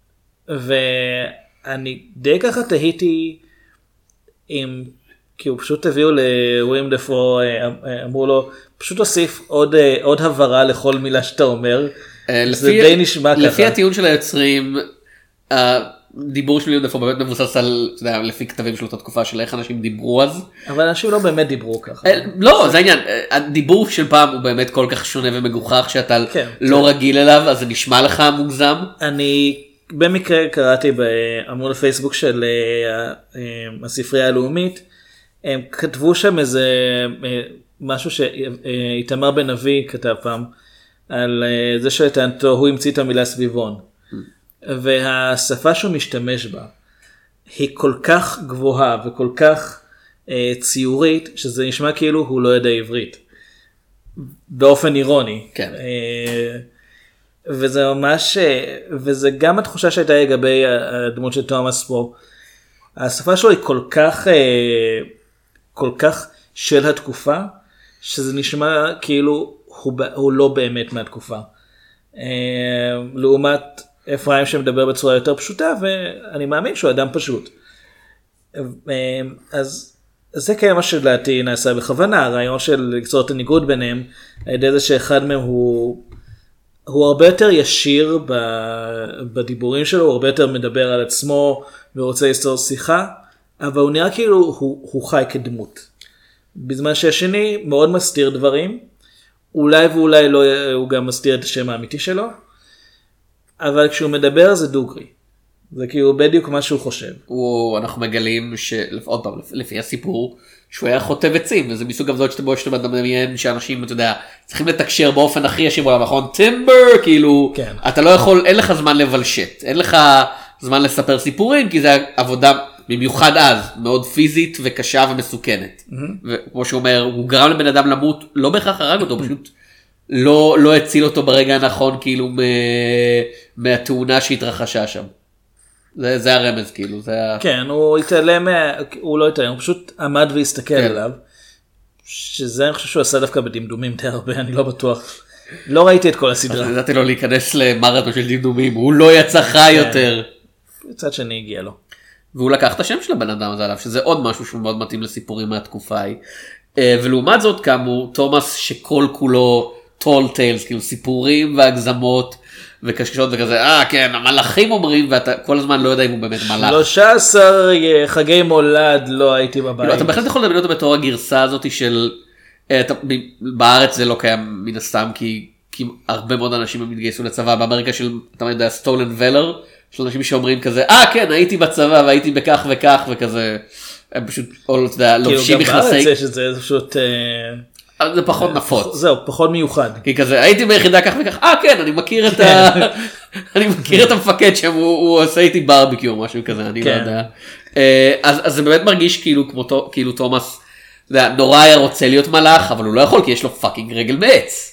ואני די ככה תהיתי אם, כי הוא פשוט הביאו לוויליאם דפו, אמרו לו, פשוט הוסיף עוד, עוד הברה לכל מילה שאתה אומר. זה די נשמע ככה. לפי הטיעון של היוצרים, דיבור של וויליאם דפו באמת מבוסס על, אתה יודע, לפי כתבים של אותה תקופה של איך אנשים דיברו אז. אבל אנשים לא באמת דיברו ככה. לא, זה העניין. הדיבור של פעם הוא באמת כל כך שונה ומגוחך שאתה לא רגיל אליו, אז זה נשמע לך מוגזם. אני במקרה קראתי בעמוד הפייסבוק של הספרייה הלאומית, הם כתבו שם איזה משהו שאיתמר בן אבי כתב פעם, על זה שלטענתו הוא המציא את המילה סביבון. והשפה שהוא משתמש בה היא כל כך גבוהה וכל כך אה, ציורית, שזה נשמע כאילו הוא לא יודע עברית. באופן אירוני. כן. אה, וזה ממש, וזה גם התחושה שהייתה לגבי הדמות של תומאס פה. השפה שלו היא כל כך, אה, כל כך של התקופה, שזה נשמע כאילו הוא, הוא לא באמת מהתקופה. אה, לעומת אפרים שמדבר בצורה יותר פשוטה, ואני מאמין שהוא אדם פשוט. אז זה כן מה שלדעתי נעשה בכוונה, הרעיון של לקצור את הניגוד ביניהם, על ידי זה שאחד מהם הוא, הוא הרבה יותר ישיר בדיבורים שלו, הוא הרבה יותר מדבר על עצמו, ורוצה ליצור שיחה, אבל הוא נראה כאילו הוא, הוא חי כדמות. בזמן שהשני מאוד מסתיר דברים, אולי ואולי לא, הוא גם מסתיר את השם האמיתי שלו, אבל כשהוא מדבר זה דוגרי. זה כאילו בדיוק מה שהוא חושב. הוא, אנחנו מגלים שעוד פעם, לפי הסיפור, שהוא היה חוטב עצים, וזה מסוג עבדות שאתם בואו שאתם מדמיין, שאנשים, אתה יודע, צריכים לתקשר באופן הכי ישיר בעולם, נכון? טימבר, כאילו, כן. אתה לא יכול, אין לך זמן לבלשת, אין לך זמן לספר סיפורים, כי זה עבודה במיוחד אז, מאוד פיזית וקשה ומסוכנת. וכמו שאומר, הוא גרם לבן אדם למות, לא בהכרח הרג אותו, פשוט לא, לא הציל אותו ברגע הנכון, כאילו, מהתאונה שהתרחשה שם. זה, זה הרמז, כאילו, זה ה... כן, הוא התעלם, הוא לא התעלם, הוא פשוט עמד והסתכל כן. עליו, שזה אני חושב שהוא עשה דווקא בדמדומים די הרבה, אני לא בטוח. לא ראיתי את כל הסדרה. נתתי לו להיכנס למרתון של דמדומים, הוא לא יצא חי יותר. מצד שני הגיע לו. והוא לקח את השם של הבן אדם הזה עליו, שזה עוד משהו שהוא מאוד מתאים לסיפורים מהתקופה ההיא. ולעומת זאת, כאמור, תומאס שכל כולו טול טיילס, כאילו סיפורים והגזמות וקשקשות וכזה, אה כן, המלאכים אומרים, ואתה כל הזמן לא יודע אם הוא באמת מלאך. שלושה עשר חגי מולד לא הייתי בבית. אתה בהחלט יכול לדמיין אותו בתור הגרסה הזאת של, בארץ זה לא קיים מן הסתם, כי הרבה מאוד אנשים הם התגייסו לצבא, באמריקה של, אתה יודע, סטולן ולר, של אנשים שאומרים כזה, אה כן, הייתי בצבא והייתי בכך וכך וכזה, הם פשוט, או אתה יודע, לובשים מכנסי. כאילו גם בארץ יש את זה, זה פשוט... זה פחות נפוץ. זהו, פחות מיוחד. כי כזה, הייתי ביחידה כך וכך, אה כן, אני מכיר את ה... אני מכיר את המפקד שם, הוא עושה איתי ברביקיו או משהו כזה, אני לא יודע. אז זה באמת מרגיש כאילו תומאס, נורא היה רוצה להיות מלאך, אבל הוא לא יכול, כי יש לו פאקינג רגל מעץ.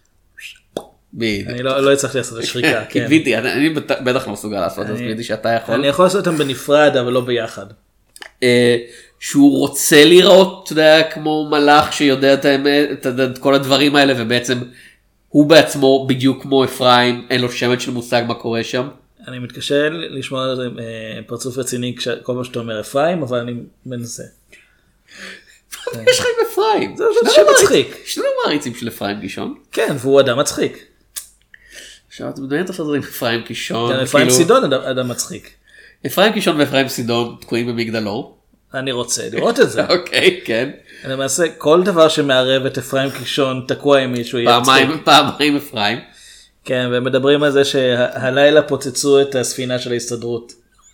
אני לא הצלחתי לעשות את השריקה. קיוויתי, אני בטח לא מסוגל לעשות, אז קיוויתי שאתה יכול. אני יכול לעשות אותם בנפרד, אבל לא ביחד. שהוא רוצה לראות, אתה יודע, כמו מלאך שיודע את האמת, את כל הדברים האלה, ובעצם הוא בעצמו בדיוק כמו אפרים, אין לו שמץ של מושג מה קורה שם. אני מתקשה לשמוע פרצוף רציני כל מה שאתה אומר אפרים, אבל אני מנסה. יש לך עם אפרים. זה שם מצחיק. שנינו מעריצים של אפרים קישון. כן, והוא אדם מצחיק. עכשיו, אתה מדמיין את הסדרים אפרים קישון. אפרים סידון אדם מצחיק. אפרים קישון ואפרים סידון תקועים במגדלור. אני רוצה לראות את זה. אוקיי, כן. אני מעשה כל דבר שמערב את אפרים קישון תקוע עם מישהו. פעמיים אפרים. כן, ומדברים על זה שהלילה פוצצו את הספינה של ההסתדרות.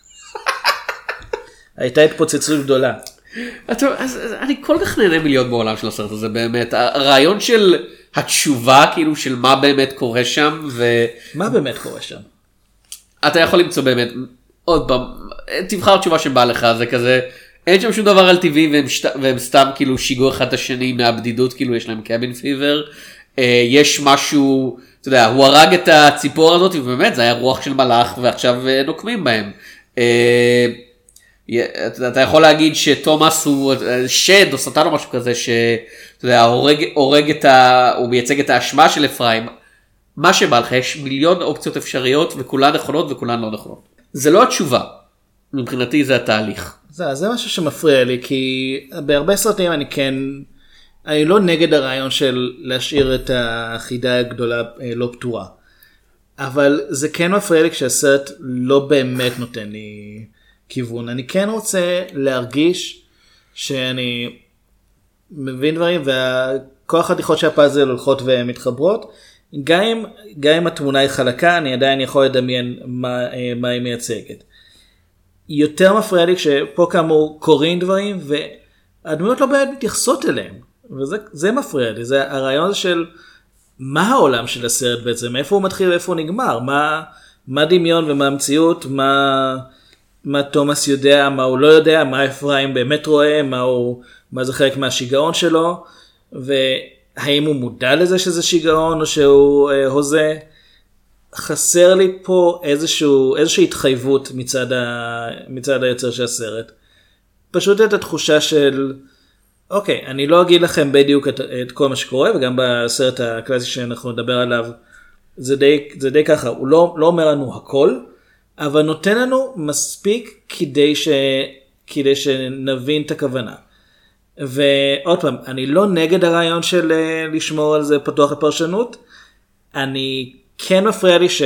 הייתה התפוצצות גדולה. אז אני כל כך נהנה מלהיות בעולם של הסרט הזה, באמת. הרעיון של התשובה, כאילו, של מה באמת קורה שם, ו... מה באמת קורה שם? אתה יכול למצוא באמת, עוד פעם, תבחר תשובה שבא לך, זה כזה, אין שם שום דבר על טבעי, והם, שת... והם סתם כאילו שיגעו אחד את השני מהבדידות, כאילו יש להם קאבין פיבר, יש משהו, אתה יודע, הוא הרג את הציפור הזאת, ובאמת זה היה רוח של מלאך, ועכשיו נוקמים בהם. אתה יכול להגיד שתומאס הוא שד או סטן או משהו כזה, שאתה יודע, הורג, הורג את ה... הוא מייצג את האשמה של אפרים. מה שבא לך, יש מיליון אופציות אפשריות, וכולן נכונות וכולן לא נכונות. זה לא התשובה. מבחינתי זה התהליך. זה, זה משהו שמפריע לי, כי בהרבה סרטים אני כן, אני לא נגד הרעיון של להשאיר את החידה הגדולה לא פתורה. אבל זה כן מפריע לי כשהסרט לא באמת נותן לי כיוון. אני כן רוצה להרגיש שאני מבין דברים, וכל החתיכות של הפאזל הולכות ומתחברות. גם אם, גם אם התמונה היא חלקה, אני עדיין יכול לדמיין מה, מה היא מייצגת. יותר מפריע לי כשפה כאמור קוראים דברים, והדמויות לא באמת מתייחסות אליהם. וזה זה מפריע לי. זה הרעיון של מה העולם של הסרט בעצם, איפה הוא מתחיל ואיפה הוא נגמר, מה, מה דמיון ומה המציאות, מה, מה תומאס יודע, מה הוא לא יודע, מה אפרים באמת רואה, מה, הוא, מה זה חלק מהשיגעון שלו, והאם הוא מודע לזה שזה שיגעון או שהוא אה, הוזה. חסר לי פה איזשהו, איזושהי התחייבות מצד, ה, מצד היוצר של הסרט. פשוט את התחושה של, אוקיי, אני לא אגיד לכם בדיוק את, את כל מה שקורה, וגם בסרט הקלאסי שאנחנו נדבר עליו, זה די, זה די ככה, הוא לא, לא אומר לנו הכל, אבל נותן לנו מספיק כדי, ש, כדי שנבין את הכוונה. ועוד פעם, אני לא נגד הרעיון של לשמור על זה פתוח לפרשנות, אני כן מפריע לי ש...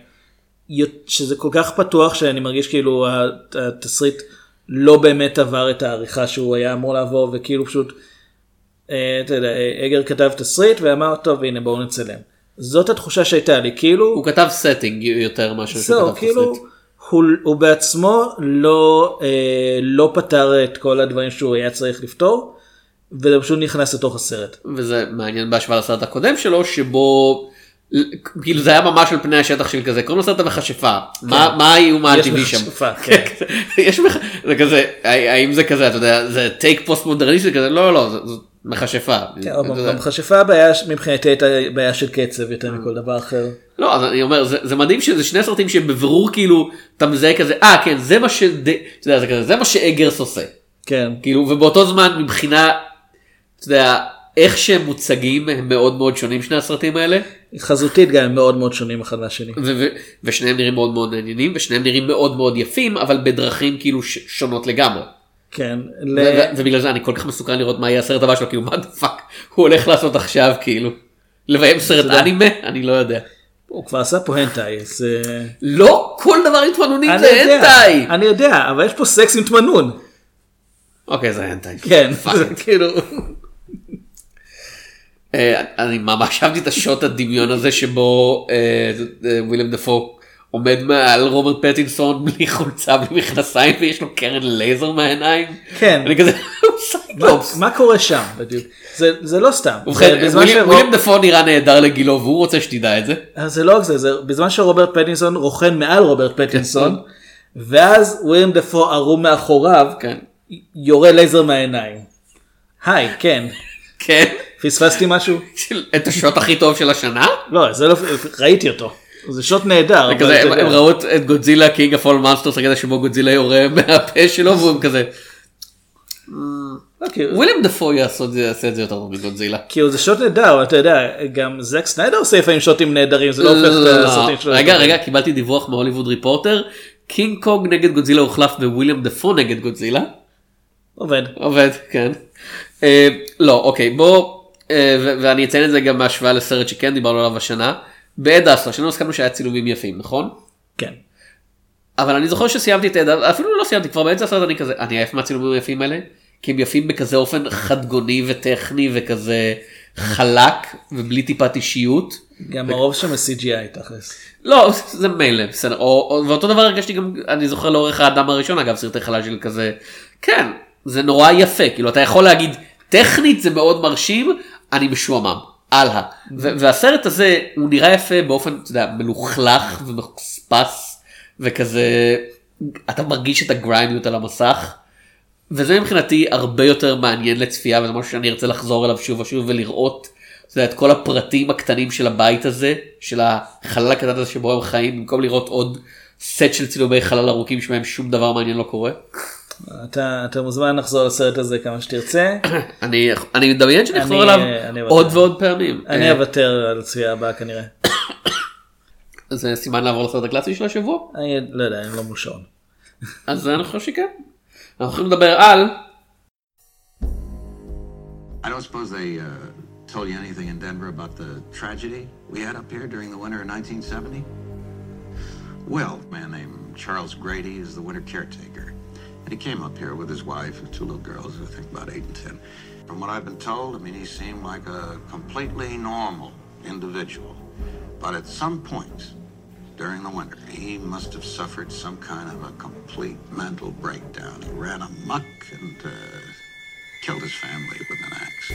שזה כל כך פתוח שאני מרגיש כאילו התסריט לא באמת עבר את העריכה שהוא היה אמור לעבור, וכאילו פשוט, אתה יודע, אגר כתב תסריט ואמר, טוב, הנה בואו נצלם. זאת התחושה שהייתה לי, כאילו... הוא כתב סטינג יותר משהו שהוא כתב תסריט. כאילו, הוא, הוא בעצמו לא, לא פתר את כל הדברים שהוא היה צריך לפתור, וזה פשוט נכנס לתוך הסרט. וזה מעניין בהשוואה לסרט הקודם שלו, שבו כאילו זה היה ממש על פני השטח של כזה, קוראים לסרט המכשפה, מה האיום הטבעי שם? יש מכשפה, זה כזה, האם זה כזה, אתה יודע, זה טייק פוסט מודרניסטי כזה, לא, לא, זה מכשפה. במכשפה מבחינתי הייתה בעיה של קצב יותר מכל דבר אחר. לא, אז אני אומר, זה מדהים שזה שני סרטים שבבירור כאילו, אתה מזהה כזה, אה כן, זה מה ש... אתה יודע, זה כזה, זה מה שאגרס עושה. כן. כאילו, ובאותו זמן מבחינה, אתה יודע, איך שהם מוצגים הם מאוד מאוד שונים שני הסרטים האלה. חזותית גם הם מאוד מאוד שונים אחד מהשני. ושניהם נראים מאוד מאוד מעניינים, ושניהם נראים מאוד מאוד יפים, אבל בדרכים כאילו שונות לגמרי. כן. ובגלל זה אני כל כך מסוכן לראות מה יהיה הסרט הבא שלו, כאילו מה דפק הוא הולך לעשות עכשיו, כאילו. לביים סרט אנימה? אני לא יודע. הוא כבר עשה פה הנטאי. לא כל דבר עם תמנונים זה הנטאי. אני יודע, אבל יש פה סקס עם תמנון. אוקיי, זה הנטאי. כן, כאילו... אני ממש אהבתי את השוט הדמיון הזה שבו וויליאם דפו עומד מעל רוברט פטינסון בלי חולצה בלי מכנסיים ויש לו קרן לייזר מהעיניים. כן. אני כזה, מה קורה שם בדיוק? זה לא סתם. וויליאם דפו נראה נהדר לגילו והוא רוצה שתדע את זה. זה לא זה, בזמן שרוברט פטינסון רוכן מעל רוברט פטינסון ואז וויליאם דפו ערום מאחוריו יורה לייזר מהעיניים. היי, כן. כן. פספסתי משהו? את השוט הכי טוב של השנה? לא, זה לא, ראיתי אותו. זה שוט נהדר. הם ראו את גודזילה קינג אפול מאנסטרס, רגע שבו גודזילה יורה מהפה שלו, והוא כזה... וויליאם דפו יעשה את זה יותר טוב מגודזילה. כי זה שוט נהדר, אתה יודע, גם זק סניידר עושה לפעמים שוטים נהדרים, זה לא הופך את הסרטים שלו. רגע, רגע, קיבלתי דיווח מהוליווד ריפורטר, קינג קונג נגד גודזילה הוחלף בוויליאם דפו נגד גודזילה. עובד. עובד, כן. לא, אוקיי, בוא... ואני אציין את זה גם מהשוואה לסרט שכן דיברנו עליו השנה, בעד אסטרה, שלנו הסכמנו שהיה צילומים יפים, נכון? כן. אבל אני זוכר שסיימתי את עד, אפילו לא סיימתי, כבר באמצע הסרט אני כזה, אני עייף מהצילומים היפים האלה, כי הם יפים בכזה אופן חדגוני וטכני וכזה חלק ובלי טיפת אישיות. גם הרוב שם ה-סי ג'י איי תכלס. לא, זה מילא, בסדר, ואותו דבר הרגשתי גם, אני זוכר לאורך האדם הראשון, אגב, סרטי חלל של כזה, כן, זה נורא יפה, כאילו אתה יכול להגיד, טכנית זה מאוד מרשים, אני משועמם, הלאה. והסרט הזה הוא נראה יפה באופן, אתה יודע, מלוכלך ומחוספס, וכזה, אתה מרגיש את הגרייניות על המסך, וזה מבחינתי הרבה יותר מעניין לצפייה, וזה משהו שאני ארצה לחזור אליו שוב ושוב ולראות, אתה יודע, את כל הפרטים הקטנים של הבית הזה, של החלל הקטן הזה שבו הם חיים, במקום לראות עוד סט של צילומי חלל ארוכים שבהם שום דבר מעניין לא קורה. אתה, אתה מוזמן לחזור לסרט הזה כמה שתרצה. אני, אני מדמיין שנחזור אליו עוד ועוד פעמים. אני אוותר על הצפייה הבאה כנראה. זה סימן לעבור לסרט הקלאסי של השבוע? אני לא יודע, אני לא מושעון. אז אני חושב שכן. אנחנו יכולים לדבר על... I don't suppose they uh, told you anything in Denver about the tragedy we had up here during the winter of nineteen seventy? Well, a man named Charles Grady is the winter caretaker. And he came up here with his wife and two little girls who I think about eight and ten. From what I've been told, I mean, he seemed like a completely normal individual. But at some point during the winter, he must have suffered some kind of a complete mental breakdown. He ran amok and uh, killed his family with an axe.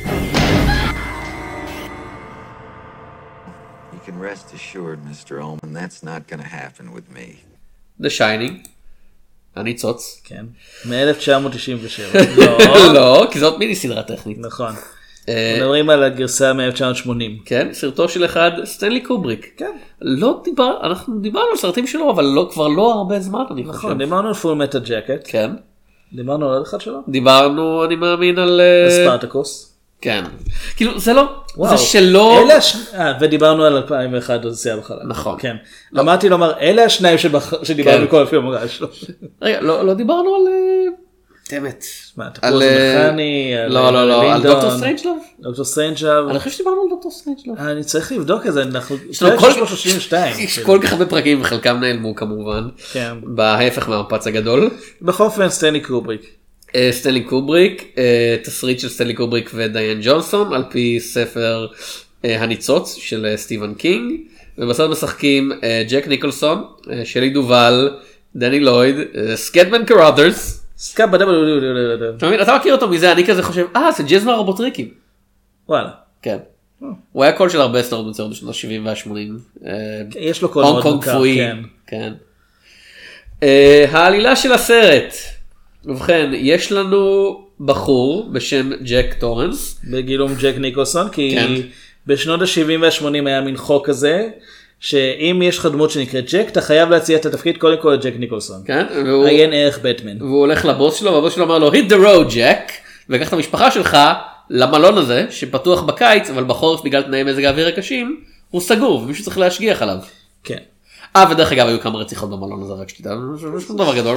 You can rest assured, Mister Ullman, that's not going to happen with me. The Shining. הניצוץ. כן. מ-אלף תשע מאות תשעים ושבע. לא. לא, כי זאת מיני סדרה טכנית. נכון. מדברים על הגרסה מ-אלף תשע מאות שמונים. כן, סרטו של אחד, סטנלי קובריק. כן. לא דיבר, אנחנו דיברנו על סרטים שלו, אבל לא, כבר לא הרבה זמן, אני חושב. נכון, דיברנו על פול מטל ג'קט. כן. דיברנו על עוד אחד שלו? דיברנו, אני מאמין, על... ספרטקוס. כן. כאילו, זה לא... זה שלא... ודיברנו על אלפיים ואחת אודיסיאה בחלל. נכון. כן. אמרתי לומר, אלה השניים שדיברנו בכל הפילמוגרפיה שלו. רגע, לא דיברנו על... באמת. מה, תפוז מכני, לא, לא, לא, על דוקטור סטרנג'לוב? דוקטור סטרנג'לוב. אני חושב שדיברנו על דוקטור סטרנג'לוב. אני צריך לבדוק את זה, אנחנו... יש כל כך הרבה פרקים, וחלקם נעלמו כמובן. כן. בהפך מהמפץ הגדול. בכל אופן, סטנלי קובריק. סטנלי קובריק, תסריט של סטנלי קובריק ודיין ג'ונסון, על פי ספר הניצוץ של סטיבן קינג, ובסרט משחקים ג'ק ניקולסון, שלי דובל, דני לויד, סקטמן קראדרס. סקאבדבלבלבלבלבל. אתה מכיר אותו מזה, אני כזה חושב, אה, זה ג'אז מהרובוטריקים. וואלה. כן. הוא היה קול של הרבה סדרות מצוירות בשנות ה-שבעים וה-שמונים. יש לו קול מאוד מוכר, כן. כן. העלילה של הסרט. ובכן, יש לנו בחור בשם ג'ק טורנס. בגילום ג'ק ניקולסון, כי כן. בשנות ה-שבעים וה-שמונים היה מין חוק כזה, שאם יש לך דמות שנקראת ג'ק, אתה חייב להציע את התפקיד קודם כל לג'ק ניקולסון. כן, והוא... עיין ערך בטמן. והוא הולך לבוס שלו, והבוס שלו אמר לו, hit the road, ג'ק, וקח את המשפחה שלך למלון הזה, שפתוח בקיץ, אבל בחורף בגלל תנאי מזג האוויר הקשים, הוא סגור, ומישהו צריך להשגיח עליו. כן. אה, ודרך אגב, היו כמה רציחות במלון הזה, רק שתדע, שום דבר גדול.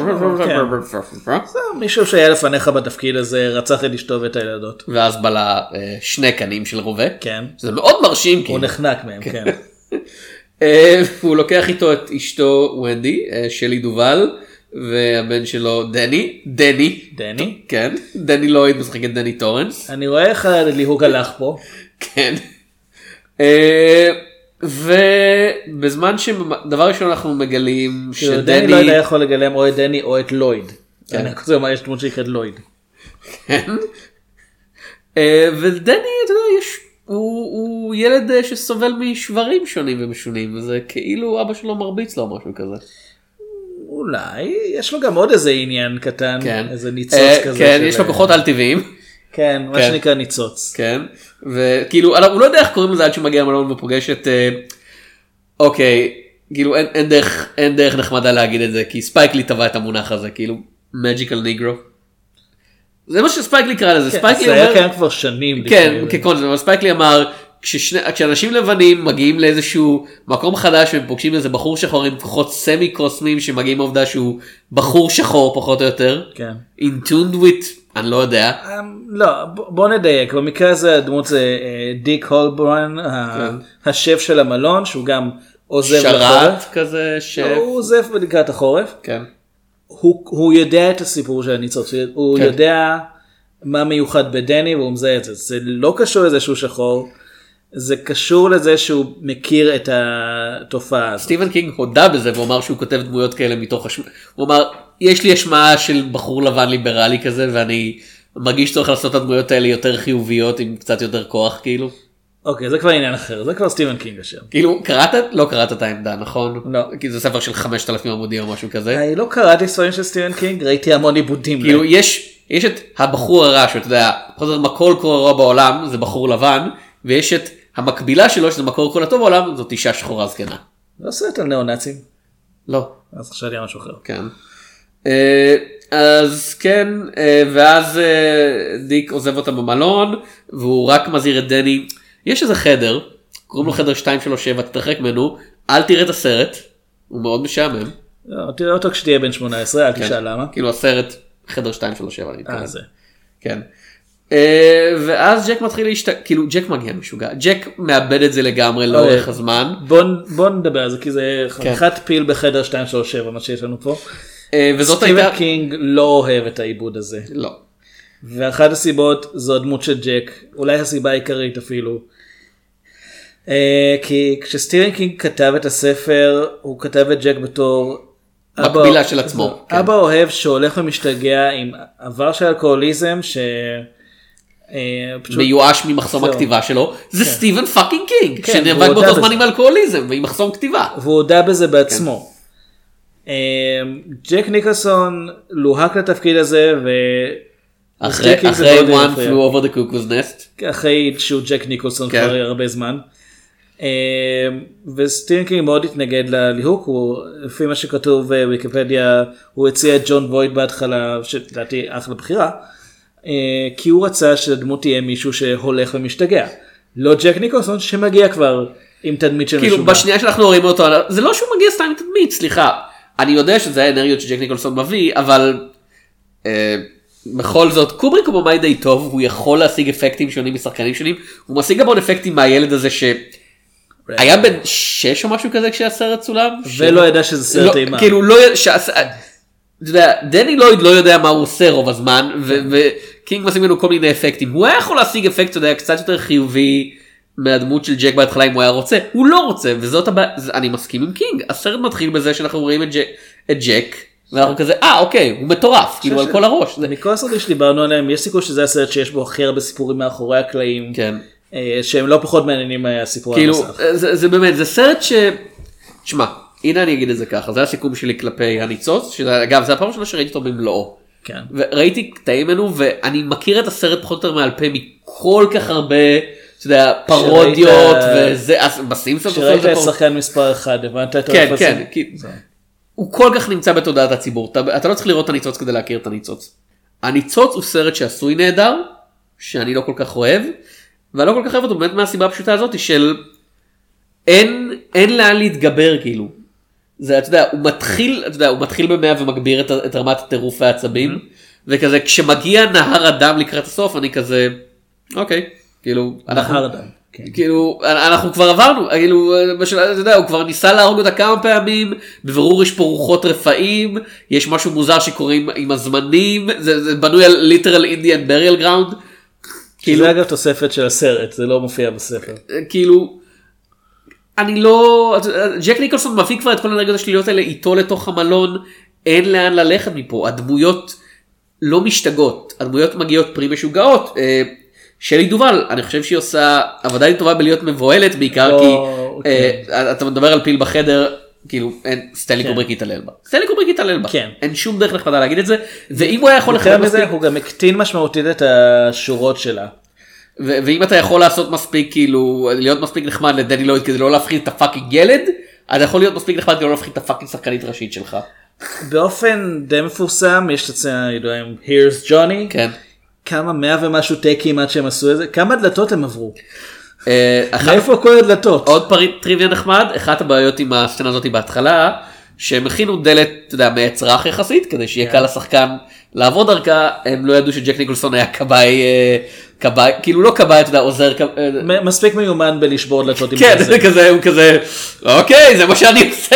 מישהו שהיה לפניך בתפקיד הזה, רצח את אשתו ואת הילדות. ואז בא לה שני קנים של רובה. כן. זה מאוד מרשים. הוא נחנק מהם, כן. הוא לוקח איתו את אשתו ונדי, שלי דובל, והבן שלו דני. דני. דני? כן. דני לויד משחק את דני טורנס. אני רואה איך הליהוק הלך פה. כן. ובזמן שדבר ראשון אנחנו מגלים שדני... דני לויד היה יכול לגלם או את דני או את לויד. אני חושב מה יש דמות שנקראת לויד. כן. ודני, אתה יודע, יש... הוא ילד שסובל משברים שונים ומשונים, וזה כאילו אבא שלו מרביץ לו משהו כזה. אולי, יש לו גם עוד איזה עניין קטן, איזה ניצוץ כזה. כן, יש לו כוחות על טבעיים. כן, מה שנקרא ניצוץ. כן, וכאילו, הוא לא יודע איך קוראים לזה עד שהוא מגיע למלון ופוגש את, אוקיי, כאילו אין דרך נחמדה להגיד את זה, כי ספייק לי טבע את המונח הזה, כאילו, Magical Negro. זה מה שספייק לי קרא לזה, ספייק לי אומר... זה היה קיים כבר שנים. כן, כקונספט, אבל ספייק לי אמר, כשאנשים לבנים מגיעים לאיזשהו מקום חדש והם פוגשים איזה בחור שחור עם כוחות סמי קוסמים שמגיעים מהעובדה שהוא בחור שחור פחות או יותר. כן. In tuned with, אני לא יודע. לא, בוא נדייק, במקרה הזה הדמות זה דיק הולברן, השף של המלון, שהוא גם עוזב לחורף. שרת כזה, שף. הוא עוזב לקראת החורף. כן. הוא יודע את הסיפור של הניצוץ, הוא יודע מה מיוחד בדני והוא מזהה את זה. זה לא קשור לזה שהוא שחור, זה קשור לזה שהוא מכיר את התופעה הזאת. סטיבן קינג הודה בזה והוא אמר שהוא כותב דמויות כאלה מתוך השמעה. הוא אמר, יש לי השמעה של בחור לבן ליברלי כזה ואני מרגיש צורך לעשות את הדמויות האלה יותר חיוביות עם קצת יותר כוח כאילו. אוקיי, זה כבר עניין אחר, זה כבר סטיבן קינג אשר. כאילו, קראת? לא קראת את העמדה, נכון? לא. כי זה ספר של חמשת אלפים עמודים או משהו כזה. אני לא קראתי ספרים של סטיבן קינג, ראיתי המון עיבודים. כאילו, יש, יש את הבחור הרע, שאתה יודע, חוזר מקור כל רע בעולם, זה בחור לבן, ויש את המקבילה שלו, שזה מקור כל הטוב בעולם, זאת אישה שחורה זקנה. לא סרט על נאו-נאצים. לא. אז חשבתי על משהו אחר. כן. אז כן, ואז דיק עוזב אותה במלון, והוא רק מזהיר את דני, יש איזה חדר, קוראים לו חדר שתיים שלוש שבע, תתרחק ממנו, אל תראה את הסרט, הוא מאוד משעמם. תראה אותו כשתהיה בן שמונה עשרה, אל תשאל למה. כאילו הסרט, חדר שתיים שלוש שבע. אה, זה. כן. ואז ג'ק מתחיל להשתגע, כאילו ג'ק מגיע משוגע, ג'ק מאבד את זה לגמרי לאורך הזמן. בוא נדבר על זה, כי זה חתיכת פיל בחדר שתיים שלוש שבע, מה שיש לנו פה. סטיבן קינג לא אוהב את העיבוד הזה. לא. ואחת הסיבות זו הדמות של ג'ק, אולי הסיבה העיקרית אפילו. כי כשסטיבן קינג כתב את הספר, הוא כתב את ג'ק בתור מקבילה של עצמו. אבא אוהב שהולך ומשתגע עם עבר של אלכוהוליזם, ש... מיואש ממחסום הכתיבה שלו, זה סטיבן פאקינג קינג, שנאבק באותו זמן עם אלכוהוליזם ועם מחסום כתיבה. והוא הודה בזה בעצמו. ג'ק ניקולסון לוהק לתפקיד הזה, ו... אחרי one flew over the cuckoo's nest. אחרי שהוא ג'ק ניקולסון כבר הרבה זמן. וסטיבן קינג מאוד התנגד לליהוק, לפי מה שכתוב בוויקיפדיה, הוא הציע את ג'ון בויד בהתחלה, שלדעתי אחלה בחירה, כי הוא רצה שהדמות תהיה מישהו שהולך ומשתגע. לא ג'ק ניקולסון שמגיע כבר עם תדמית של משוגע. כאילו בשנייה שאנחנו רואים אותו, זה לא שהוא מגיע סתם עם תדמית, סליחה. אני יודע שזה האנרגיות שג'ק ניקולסון מביא, אבל בכל זאת, קובריק הוא במאי די טוב, הוא יכול להשיג אפקטים שונים משחקנים שונים, הוא משיג גם עוד אפקטים מהילד הזה ש... היה בן שש או משהו כזה כשהסרט צולם. ולא ידע שזה סרט אימה. כאילו לא ידע, דני לויד לא יודע מה הוא עושה רוב הזמן, וקינג משיג ממנו כל מיני אפקטים. הוא היה יכול להשיג אפקט, אתה יודע, קצת יותר חיובי מהדמות של ג'ק בהתחלה אם הוא היה רוצה. הוא לא רוצה, וזאת הבעיה, אני מסכים עם קינג. הסרט מתחיל בזה שאנחנו רואים את ג'ק, ואנחנו כזה, אה אוקיי, הוא מטורף, כאילו על כל הראש. מכל הסרטים שדיברנו עליהם, יש סיכוי שזה הסרט שיש בו הכי הרבה סיפורים מאחורי הקלעים. כן. שהם לא פחות מעניינים מהסיפור כאילו, המסך. זה, זה באמת, זה סרט ש... תשמע, הנה אני אגיד את זה ככה, זה הסיכום שלי כלפי הניצוץ, שאגב, זה הפעם ראשונה שראיתי אותו במלואו. כן. וראיתי קטעים ממנו, ואני מכיר את הסרט פחות או יותר מעל פה מכל כך הרבה, אתה יודע, פרודיות, וזה, אז בסימפסונס... שראית את שחקן מספר אחד, הבנת את כן, כן, הוא כל כך נמצא בתודעת הציבור, אתה לא צריך לראות את הניצוץ כדי להכיר את הניצוץ. הניצוץ הוא סרט שעשוי נהדר, שאני לא כל כך אוהב, ואני לא כל כך אוהב אותו באמת מהסיבה הפשוטה הזאת, של אין, אין לאן להתגבר כאילו. זה, אתה יודע, הוא מתחיל, אתה יודע, הוא מתחיל במאה ומגביר את, את רמת הטירוף והעצבים, וכזה, כשמגיע נהר הדם לקראת הסוף, אני כזה, אוקיי, כאילו, אנחנו, נהר הדם, כן. כאילו, אנחנו כבר עברנו, כאילו, בשל, אתה יודע, הוא כבר ניסה להרוג אותה כמה פעמים, בבירור יש פה רוחות רפאים, יש משהו מוזר שקוראים עם הזמנים, זה, זה בנוי על ליטרל אינדיאן בריאל גראונד, שזה אגב תוספת של הסרט, זה לא מופיע בספר. כאילו, אני לא, ג'ק ניקולסון מביא כבר את כל האנרגיות השליליות האלה איתו לתוך המלון, אין לאן ללכת מפה, הדמויות לא משתגעות, הדמויות מגיעות פרי משוגעות, שלי דובל, אני חושב שהיא עושה עבודה די טובה בלהיות מבוהלת, בעיקר כי אתה מדבר על פיל בחדר, כאילו סטנלי קובריק יתעלל בה, סטנלי קובריק יתעלל בה, אין שום דרך נחמדה להגיד את זה, ואם הוא היה יכול יותר מזה, הוא גם הקטין משמעותית את השורות שלה. ואם אתה יכול לעשות מספיק, כאילו, להיות מספיק נחמד לדני לויד כדי לא להפחיד את הפאקינג ילד, אתה יכול להיות מספיק נחמד כדי לא להפחיד את הפאקינג שחקנית ראשית שלך. באופן די מפורסם, יש את הצעה ידועה עם Here's Johnny, כן. כמה מאה ומשהו טייקים עד שהם עשו את זה, כמה דלתות הם עברו? מאיפה כל הדלתות? עוד פריט טריוויה נחמד, אחת הבעיות עם הסצנה הזאת בהתחלה, שהם הכינו דלת, אתה יודע, מעץ רך יחסית, כדי שיהיה קל לשחקן לעבוד דרכה, הם לא ידעו שג'ק ניקולסון היה כבאי, כבאי, כאילו לא כבאי, אתה יודע, עוזר, מספיק מיומן בלשבור דלתות. כן, זה כזה, הוא כזה, אוקיי, זה מה שאני עושה.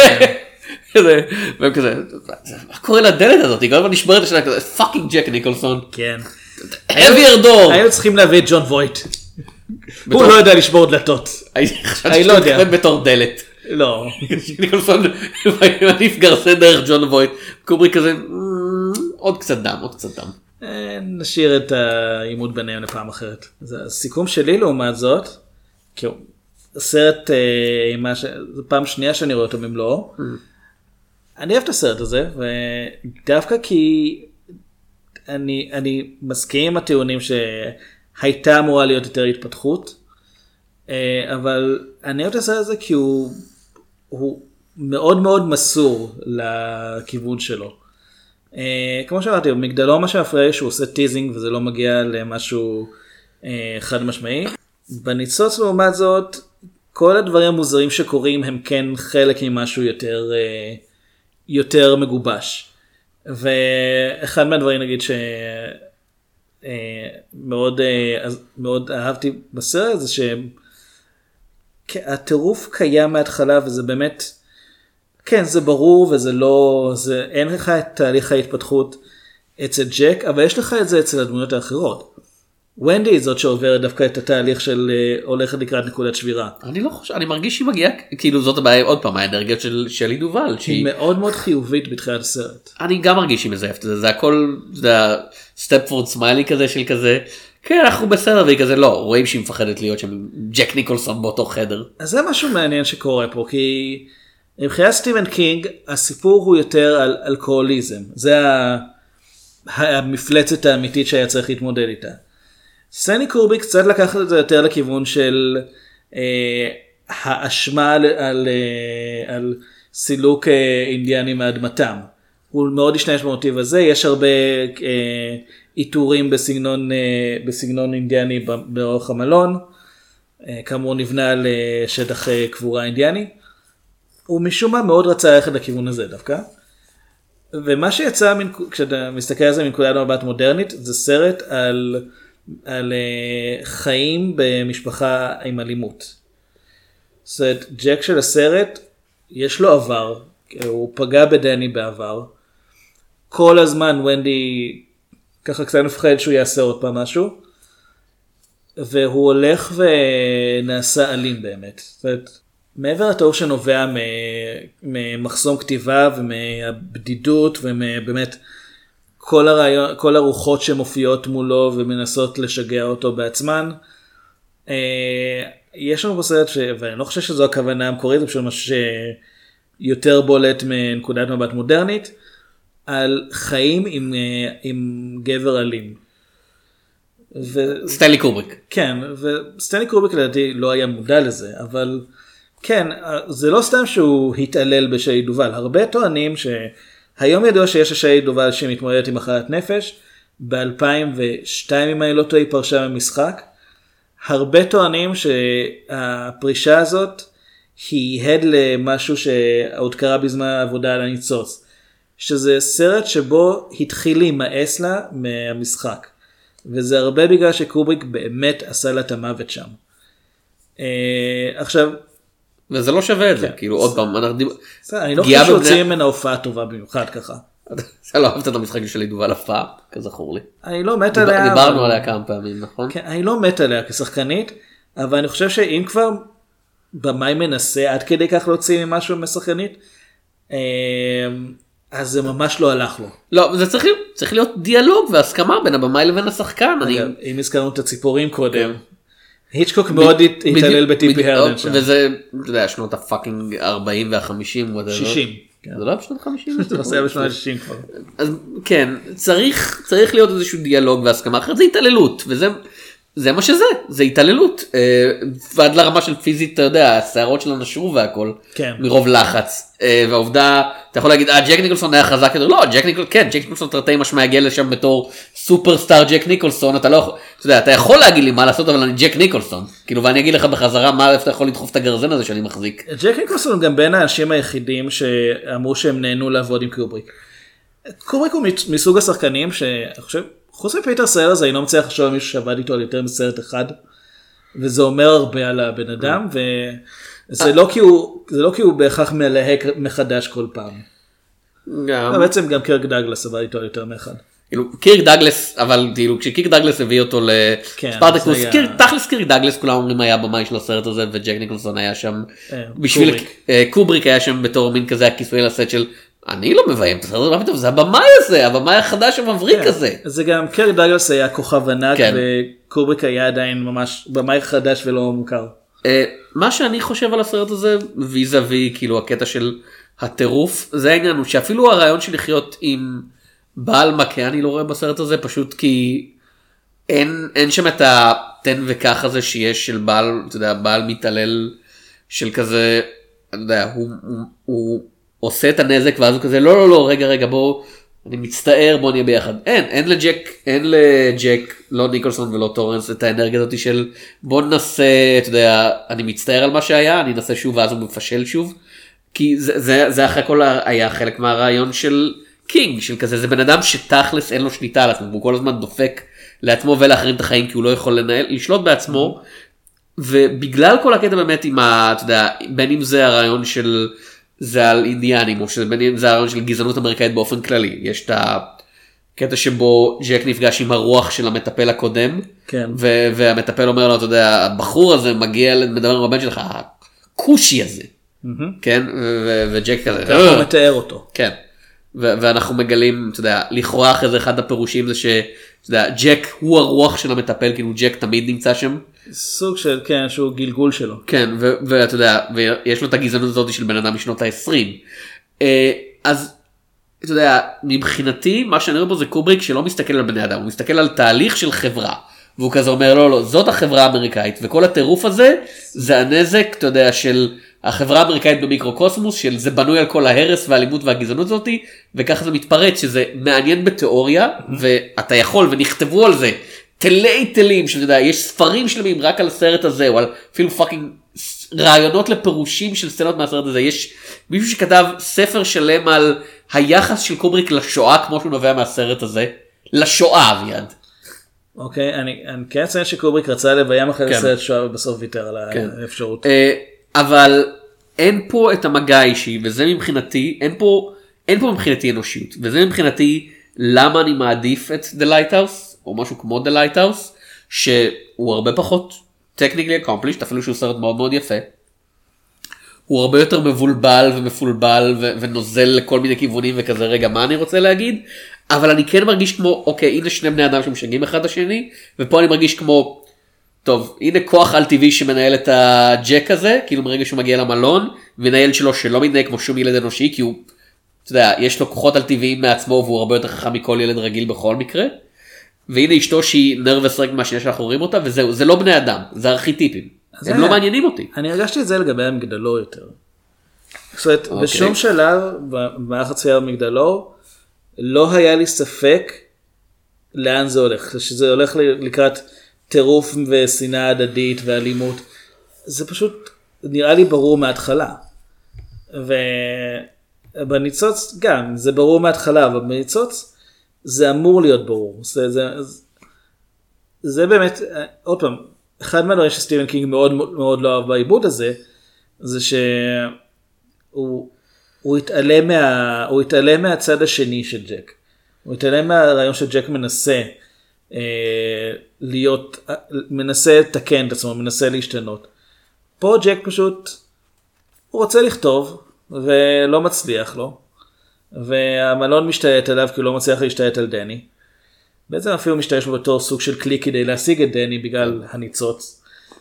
והם כזה, מה קורה לדלת הזאת? היא כל הזמן נשברת השנה כזה, פאקינג ג'ק ניקולסון. כן. אבייר דור. היו צריכים להביא את ג'ון וויט. הוא לא יודע לשבור דלתות. אני לא יודע. בתור דלת. לא. ניקולסון מעדיף גרסה דרך ג'ון וויט. קובריק כזה, עוד קצת דם, עוד קצת דם. נשאיר את העימות ביניהם לפעם אחרת. זה הסיכום שלי לעומת זאת. הסרט, זו פעם שנייה שאני רואה אותו במלואו. אני אוהב את הסרט הזה, ודווקא כי אני, אני מסכים עם הטיעונים שהייתה אמורה להיות יותר התפתחות, אבל אני אוהב את הסרט הזה כי הוא, הוא מאוד מאוד מסור לכיוון שלו. כמו שאמרתי, מגדלו מה שמפריע שהוא עושה טיזינג וזה לא מגיע למשהו חד משמעי. בניצוץ לעומת זאת, כל הדברים המוזרים שקורים הם כן חלק ממשהו יותר, יותר מגובש. ואחד מהדברים נגיד שמאוד מאוד אהבתי בסרט זה שהטירוף קיים מההתחלה וזה באמת, כן זה ברור וזה לא, זה, אין לך את תהליך ההתפתחות אצל ג'ק, אבל יש לך את זה אצל הדמויות האחרות. ונדי היא זאת שעוברת דווקא את התהליך של הולכת לקראת נקודת שבירה. אני לא חושב, אני מרגיש שהיא מגיעה, כאילו זאת הבעיה, עוד פעם, האנרגיות של שלי דובל. היא מאוד מאוד חיובית בתחילת הסרט. אני גם מרגיש שהיא מזייפת את זה, זה הכל, זה סטפפורד סמיילי כזה של כזה, כן אנחנו בסדר, והיא כזה לא, רואים שהיא מפחדת להיות שם ג'ק ניקולסון באותו חדר. אז זה משהו מעניין שקורה פה, כי מבחינת סטיבן קינג, הסיפור הוא יותר על אלכוהוליזם. זה המפלצת האמיתית שהיה צריך להתמודד איתה. סטנלי קובריק קצת לקח את זה יותר לכיוון של אה, האשמה על, על, אה, על סילוק אה, אינדיאנים מאדמתם. הוא מאוד השתמש במוטיב הזה, יש הרבה אה, איתורים בסגנון, אה, בסגנון אינדיאני באורך המלון, אה, כאמור נבנה על אה, שטח אה, קבורה אינדיאני. הוא משום מה מאוד רצה ללכת לכיוון הזה דווקא. ומה שיצא, מן, כשאתה מסתכל על זה מנקודת מבט מודרנית, זה סרט על... על uh, חיים במשפחה עם אלימות. זאת אומרת, ג'ק של הסרט, יש לו עבר, הוא פגע בדני בעבר, כל הזמן ונדי ככה קצת מפחד שהוא יעשה עוד פעם משהו, והוא הולך ונעשה אלים באמת. זאת אומרת, מעבר לטוב שנובע ממחסום כתיבה ומהבדידות ומבאמת כל הרעיון, כל הרוחות שמופיעות מולו ומנסות לשגע אותו בעצמן, יש לנו פה סרט, ש... ואני לא חושב שזו הכוונה המקורית, זה פשוט משהו שיותר בולט מנקודת מבט מודרנית, על חיים עם, עם גבר אלים. ו... סטנלי קובריק. כן, וסטנלי קובריק לדעתי לא היה מודע לזה, אבל כן, זה לא סתם שהוא התעלל בשי דובל. הרבה טוענים שהיום ידוע שיש שי דובל שמתמודדת עם מחלת נפש, ב-אלפיים ושתיים אם אני לא טועה היא פרשה ממשחק. הרבה טוענים שהפרישה הזאת היא הד למשהו שעוד קרה בזמן העבודה על הניצוץ. שזה סרט שבו התחיל להימאס לה מהמשחק. וזה הרבה בגלל שקובריק באמת עשה לה את המוות שם. עכשיו... וזה לא שווה את זה, כאילו עוד פעם. אני לא חושב שהוצאים ממנה הופעה טובה במיוחד ככה. אתה לא אהבת את המשחק שלי דובל אף פעם, כזכור לי. אני לא מת עליה. דיברנו עליה כמה פעמים, נכון? כן, אני לא מת עליה כשחקנית, אבל אני חושב שאם כבר במאי מנסה עד כדי כך להוציא ממשהו משחקנית, אז זה ממש לא הלך לו. לא, זה צריך, צריך להיות דיאלוג והסכמה בין הבמאי לבין השחקן. אגב, אני... אם הזכרנו את הציפורים קודם, היצ'קוק מאוד התעלל בטיפי הרדן שם. וזה, אתה יודע, שנות הפאקינג ארבעים והחמישים. שישים. זה לא היה בשנות חמישים? זה עושה בשנות ה-שישים כבר. אז כן, צריך, צריך להיות איזשהו דיאלוג והסכמה, אחרת זה התעללות, וזה זה מה שזה, זה התעללות. ועד לרמה של פיזית, אתה יודע, השערות שלה נשרו והכל, כן. מרוב לחץ. והעובדה, אתה יכול להגיד, אה, ג'ק ניקולסון היה חזק יותר, לא, ג'ק ניקולסון, כן, ג'ק ניקולסון תרתי משמע הגיע לשם בתור סופרסטאר ג'ק ניקולסון, אתה לא יכול, אתה יודע, אתה יכול להגיד לי מה לעשות, אבל אני ג'ק ניקולסון, כאילו, ואני אגיד לך בחזרה, מה אתה יכול לדחוף את הגרזן הזה שאני מחזיק. ג'ק ניקולסון הוא גם בין האנשים היחידים שאמרו שהם נהנו לעבוד עם קובריק. קובריק הוא מסוג השחקנים שאני חושב, חוץ מפיטר סלרס, אני לא מצליח לחשוב על מישהו שעבד איתו על יותר מסרט אחד, וזה אומר הרבה על הבן אדם, וזה לא כי הוא, זה לא כי הוא בהכרח מלהק מחדש כל פעם. גם. בעצם גם קירק דאגלס עבד איתו על יותר מאחד. קירק דאגלס, אבל כשקירק דאגלס הביא אותו לספרטקוס, תכלס קירק דאגלס כולם אומרים היה במאי של הסרט הזה, וג'ק ניקולסון היה שם, בשביל קובריק היה שם בתור מין כזה הכיסוי לסט של, אני לא מביים את הסרט הזה, זה הבמאי הזה, הבמאי החדש המבריק הזה. זה גם קירק דאגלס היה כוכב ענק, וקובריק היה עדיין ממש במאי חדש ולא מוכר. מה שאני חושב על הסרט הזה, ויזה וי, כאילו הקטע של הטירוף, זה העניין, שאפילו הרעיון של לחיות עם בעל מכה, אני לא רואה בסרט הזה, פשוט כי אין, אין שם את התן וכך הזה שיש של בעל, אתה יודע, בעל מתעלל של כזה, אתה יודע, הוא, הוא, הוא עושה את הנזק ואז הוא כזה, לא, לא, לא, רגע, רגע, בוא, אני מצטער, בוא נהיה ביחד. אין, אין לג'ק, אין לג'ק, לא ניקולסון ולא טורנס, את האנרגיה הזאת של, בוא ננסה, אתה יודע, אני מצטער על מה שהיה, אני אנסה שוב ואז הוא מפשל שוב, כי זה, זה, זה אחרי כל היה חלק מהרעיון של קינג, של כזה, זה בן אדם שתכלס אין לו שליטה על עצמו, והוא כל הזמן דופק לעצמו ולאחרים את החיים, כי הוא לא יכול לנהל, לשלוט בעצמו, ובגלל כל הקטע באמת עם ה, אתה יודע, בין אם זה הרעיון של, זה על אינדיאנים, או שזה בין אם זה הרעיון של גזענות אמריקאית באופן כללי, יש את הקטע שבו ג'ק נפגש עם הרוח של המטפל הקודם, כן. ו- והמטפל אומר לו, אתה יודע, הבחור הזה מגיע, מדבר עם הבן שלך, הקושי הזה, כן, ו- וג'ק כזה, אתה מתאר אותו. כן, ו- ואנחנו מגלים, אתה יודע, לכאורה אחרי זה אחד הפירושים זה ש, אתה יודע, ג'ק הוא הרוח של המטפל, כאילו ג'ק תמיד נמצא שם. סוג של, כן, שהוא גלגול שלו. כן, ו- ואתה יודע, ויש לו את הגזענות הזאת של בן אדם משנות ה-עשרים. אז, אתה יודע, מבחינתי, מה שאני רואה פה זה קובריק שלא מסתכל על בני אדם, הוא מסתכל על תהליך של חברה. והוא כזה אומר, לא, לא, זאת החברה האמריקאית, וכל הטירוף הזה, זה הנזק, אתה יודע, של החברה האמריקאית במיקרוקוסמוס, של זה בנוי על כל ההרס והאלימות והגזענות הזאת, וככה זה מתפרץ, שזה מעניין בתיאוריה, ואתה יכול, ונכתבו על זה, תלי תלים, שאתה יודע, יש ספרים שלמים רק על הסרט הזה, או על אפילו פאקינג רעיונות לפירושים של סצנות מהסרט הזה, יש מישהו שכתב ספר שלם על היחס של קובריק לשואה, כמו שהוא נובע מהסרט הזה, לשואה, אביעד. אוקיי, אני כן אציין שקובריק רצה לביים אחרי סרט שואה ובסוף ויתר על האפשרות. אבל אין פה את המגע האישי, וזה מבחינתי, אין פה, אין פה מבחינתי אנושיות, וזה מבחינתי למה אני מעדיף את The Lighthouse, או משהו כמו The Lighthouse, שהוא הרבה פחות technically accomplished, אפילו שהוא סרט מאוד מאוד יפה. הוא הרבה יותר מבולבל ומפולבל ו- ונוזל לכל מיני כיוונים וכזה, רגע, מה אני רוצה להגיד? אבל אני כן מרגיש כמו, אוקיי, הנה שני בני אדם שמשגעים אחד השני, ופה אני מרגיש כמו טוב, הנה כוח על טבעי שמנהל את הג'ק הזה, כאילו ברגע שהוא מגיע למלון, מנהל שלו שלא מתנהג כמו שום ילד אנושי, כי הוא, אתה יודע, יש לו כוחות על טבעיים מעצמו, והוא הרבה יותר חכם מכל ילד רגיל בכל מקרה. והנה אשתו שהיא נרבס רגע מהשנייה שאנחנו רואים אותה, וזהו, זה לא בני אדם, זה ארכיטיפים. הם לא מעניינים אותי. אני הרגשתי את זה לגבי המגדלור יותר. זאת אומרת, בשום שלב, במהלך הצפייה במגדלור, לא היה לי ספק לאן זה הולך. שזה הולך לקראת טירוף ושנאה הדדית ואלימות. זה פשוט נראה לי ברור מההתחלה. ובניצוץ גם, זה ברור מההתחלה, אבל בניצוץ זה אמור להיות ברור. זה, זה, זה באמת, עוד פעם, אחד מהדברים שסטיבן קינג מאוד מאוד לא אהב בעיבוד הזה, זה שהוא הוא התעלם, מה, הוא התעלם מהצד השני של ג'ק. הוא התעלם מהרעיון שג'ק מנסה אה, להיות, מנסה לתקן את עצמו, מנסה להשתנות. פה ג'ק פשוט, הוא רוצה לכתוב, ולא מצליח לו. והמלון משתלט עליו, כי הוא לא מצליח להשתלט על דני. בעצם אפילו משתמש בו בתור סוג של כלי כדי להשיג את דני בגלל הניצוץ.